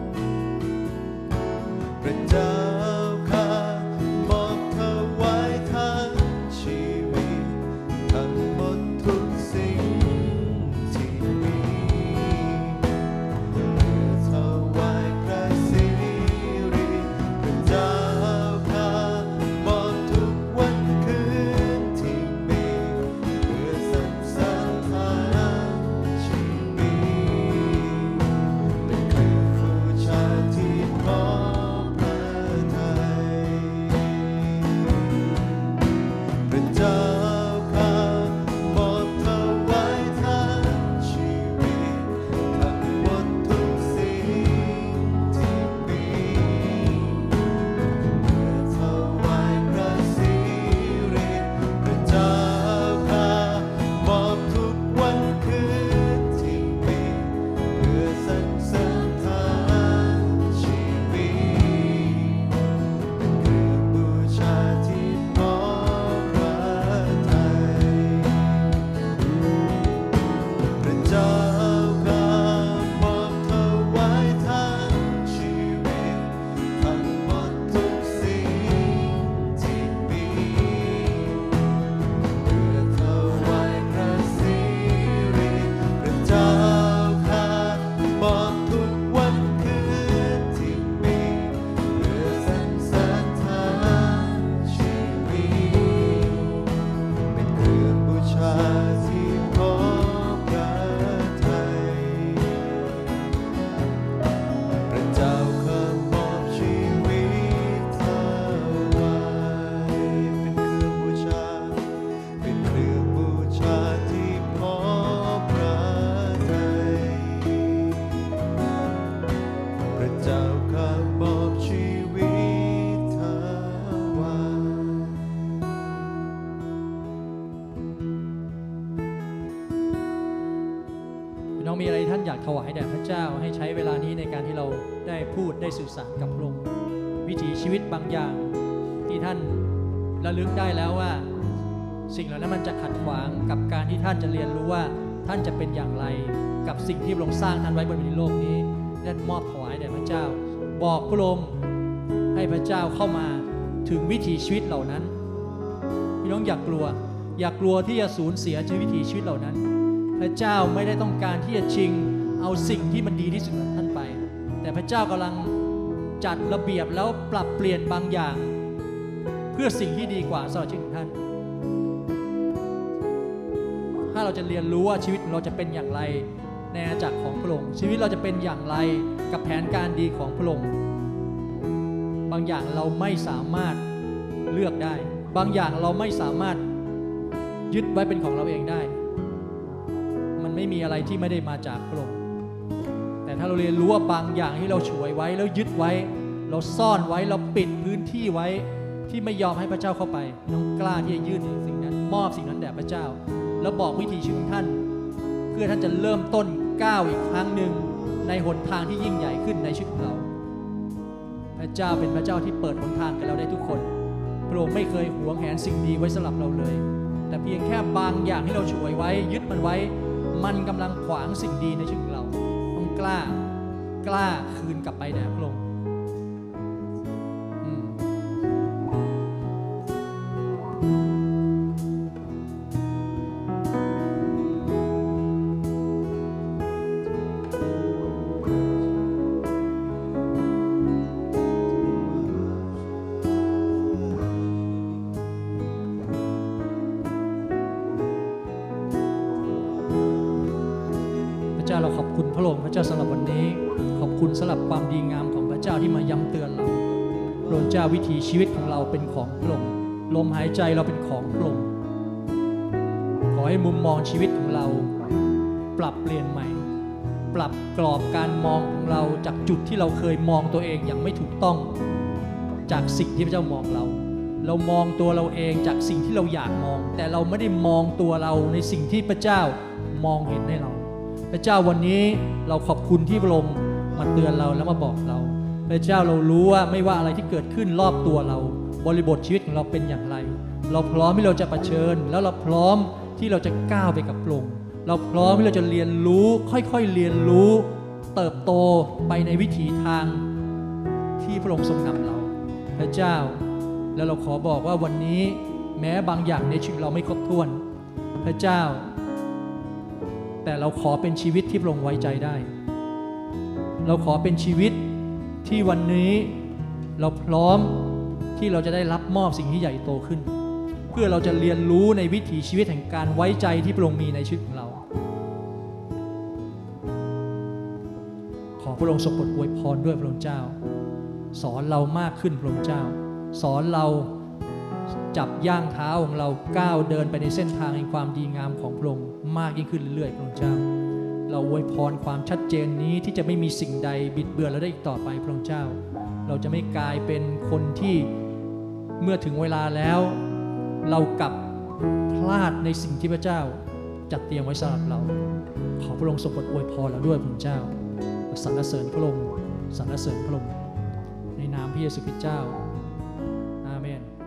พระเจ้าข้ามอบถวายทั้งชีวิตทั้งหมดทุกสิ่งที่มีเพื่อถวายพระสิริพระเจ้าข้ามอบทุกวันคืนที่มีเพื่อสรรเสริญทางชีวิตเป็นเครื่องบูชาที่พร้อมพระทัยพระเจ้าข้ามอบถวายทั้งชีวิตทั้งหมดทุกสิ่งที่มีเพื่อถวายพระสิริพระเจ้าข้ามอบทุกวันคืนที่มีเพื่อสรรเสริญทางชีวิตเป็นเครื่องบูชาที่พร้อมพระทัยพระเจ้าข้ามอบถวายทั้งชีวิตทั้งหมดทุกสิ่งที่มีเพื่อถวายพระสิริพระเจ้าข้ามอบทุกวันคืนที่มีเพื่อสรรเสริญทางชีวิตเป็นเครื่องบูชาที่พร้อมพระทัยพระเจ้าข้ามอบชีวิตถวายเป็นเครื่องบูชาเป็นเครื่องบูชาที่พร้อมพระทัยพระเจ้าข้ามอบชีวิตถวายพี่น้องมีอะไรท่านอยากถวายแด่พระเจ้าให้ใช้เวลานี้ในการที่เราได้พูดได้สื่อสารกับพระองค์วิถีชีวิตบางอย่างที่ท่านระลึกได้แล้วว่าสิ่งเหล่านั้นมันจะขัดขวางกับการที่ท่านจะเรียนรู้ว่าท่านจะเป็นอย่างไรกับสิ่งที่พระองค์สร้างท่านไว้บนแผ่นดินโลกนี้ได้มอบถวายแด่พระเจ้าบอกพระองค์ให้พระเจ้าเข้ามาถึงวิถีชีวิตเหล่านั้นพี่น้องอย่ากลัวที่จะสูญเสียวิถีชีวิตเหล่านั้นพระเจ้าไม่ได้ต้องการที่จะชิงเอาสิ่งที่มันดีที่สุดของท่านไปแต่พระเจ้ากำลังจัดระเบียบแล้วปรับเปลี่ยนบางอย่าง เพื่อสิ่งที่ดีกว่าสำหรับชีวิตของท่านถ้าเราจะเรียนรู้ว่าชีวิตของเราจะเป็นอย่างไรในอาณาจักรของพระองค์ชีวิตเราจะเป็นอย่างไรกับแผนการดีของพระองค์บางอย่างเราไม่สามารถเลือกได้บางอย่างเราไม่สามารถยึดไว้เป็นของเราเองได้มันไม่มีอะไรที่ไม่ได้มาจากพระองค์แต่ถ้าเราเรียนรู้ว่าบางอย่างที่เราฉวยไว้แล้วยึดไว้เราซ่อนไว้เราปิดพื้นที่ไว้ที่ไม่ยอมให้พระเจ้าเข้าไปน้องกล้าที่จะยื่นสิ่งนั้นมอบสิ่งนั้นแด่พระเจ้าแล้วบอกวิถีชีวิตของท่านเพื่อท่านจะเริ่มต้นก้าวอีกครั้งหนึ่งในหนทางที่ยิ่งใหญ่ขึ้นในชีวิตของเราพระเจ้าเป็นพระเจ้าที่เปิดหนทางกับเราได้ทุกคนพระองค์ไม่เคยหวงแหนสิ่งดีไว้สำหรับเราเลยแต่เพียงแค่บางอย่างที่เราฉวยไว้ยึดมันไว้มันกำลังขวางสิ่งดีในชีวิตของเราต้องกล้าคืนกลับไปแด่พระองค์พระเจ้าเราขอบคุณพระองค์พระเจ้าสำหรับวันนี้ขอบคุณสำหรับความดีงามของพระเจ้าที่มาย้ำเตือนเราพระเจ้าวิถีชีวิตของเราเป็นของพระองค์ลมหายใจเราเป็นของพระองค์ขอให้มุมมองชีวิตของเราปรับเปลี่ยนใหม่ปรับกรอบการมองของเราจากจุดที่เราเคยมองตัวเองอย่างไม่ถูกต้องจากสิ่งที่พระเจ้ามองเรามองตัวเราเองจากสิ่งที่เราอยากมองแต่เราไม่ได้มองตัวเราในสิ่งที่พระเจ้ามองเห็นให้เราพระเจ้าวันนี้เราขอบคุณที่พระองค์มาเตือนเราแล้วมาบอกเราพระเจ้าเรารู้ว่าไม่ว่าอะไรที่เกิดขึ้นรอบตัวเราบริบทชีวิตของเราเป็นอย่างไรเราพร้อมที่เราจะเผชิญแล้วเราพร้อมที่เราจะก้าวไปกับพระองค์เราพร้อมที่เราจะเรียนรู้ค่อยๆเรียนรู้เติบโตไปในวิถีทางที่พระองค์ทรงนำเราพระเจ้าแล้วเราขอบอกว่าวันนี้แม้บางอย่างในชีวิตเราไม่ครบถ้วนพระเจ้าแต่เราขอเป็นชีวิตที่พระองค์ไว้ใจได้เราขอเป็นชีวิตที่วันนี้เราพร้อมที่เราจะได้รับมอบสิ่งที่ใหญ่โตขึ้นเพื่อเราจะเรียนรู้ในวิถีชีวิตแห่งการไว้ใจที่พระองค์มีในชีวิตของเราขอพระองค์ทรงโปรดอวยพรด้วยพระองค์เจ้าสอนเรามากขึ้นพระองค์เจ้าสอนเราจับย่างเท้าของเราก้าวเดินไปในเส้นทางแห่งความดีงามของพระองค์มากยิ่งขึ้นเรื่อยๆพระองค์เจ้าเราอวยพรความชัดเจนนี้ที่จะไม่มีสิ่งใดบิดเบือนเราได้อีกต่อไปพระองค์เจ้าเราจะไม่กลายเป็นคนที่เมื่อถึงเวลาแล้วเรากลับพลาดในสิ่งที่พระเจ้าจัดเตรียมไว้สำหรับเราขอพระองค์ทรงโปรดอวยพรเราด้วยพระองค์เจ้าสรรเสริญพระองค์สรรเสริญพระองค์ในนามพระเยซูคริสต์เจ้าอาเมน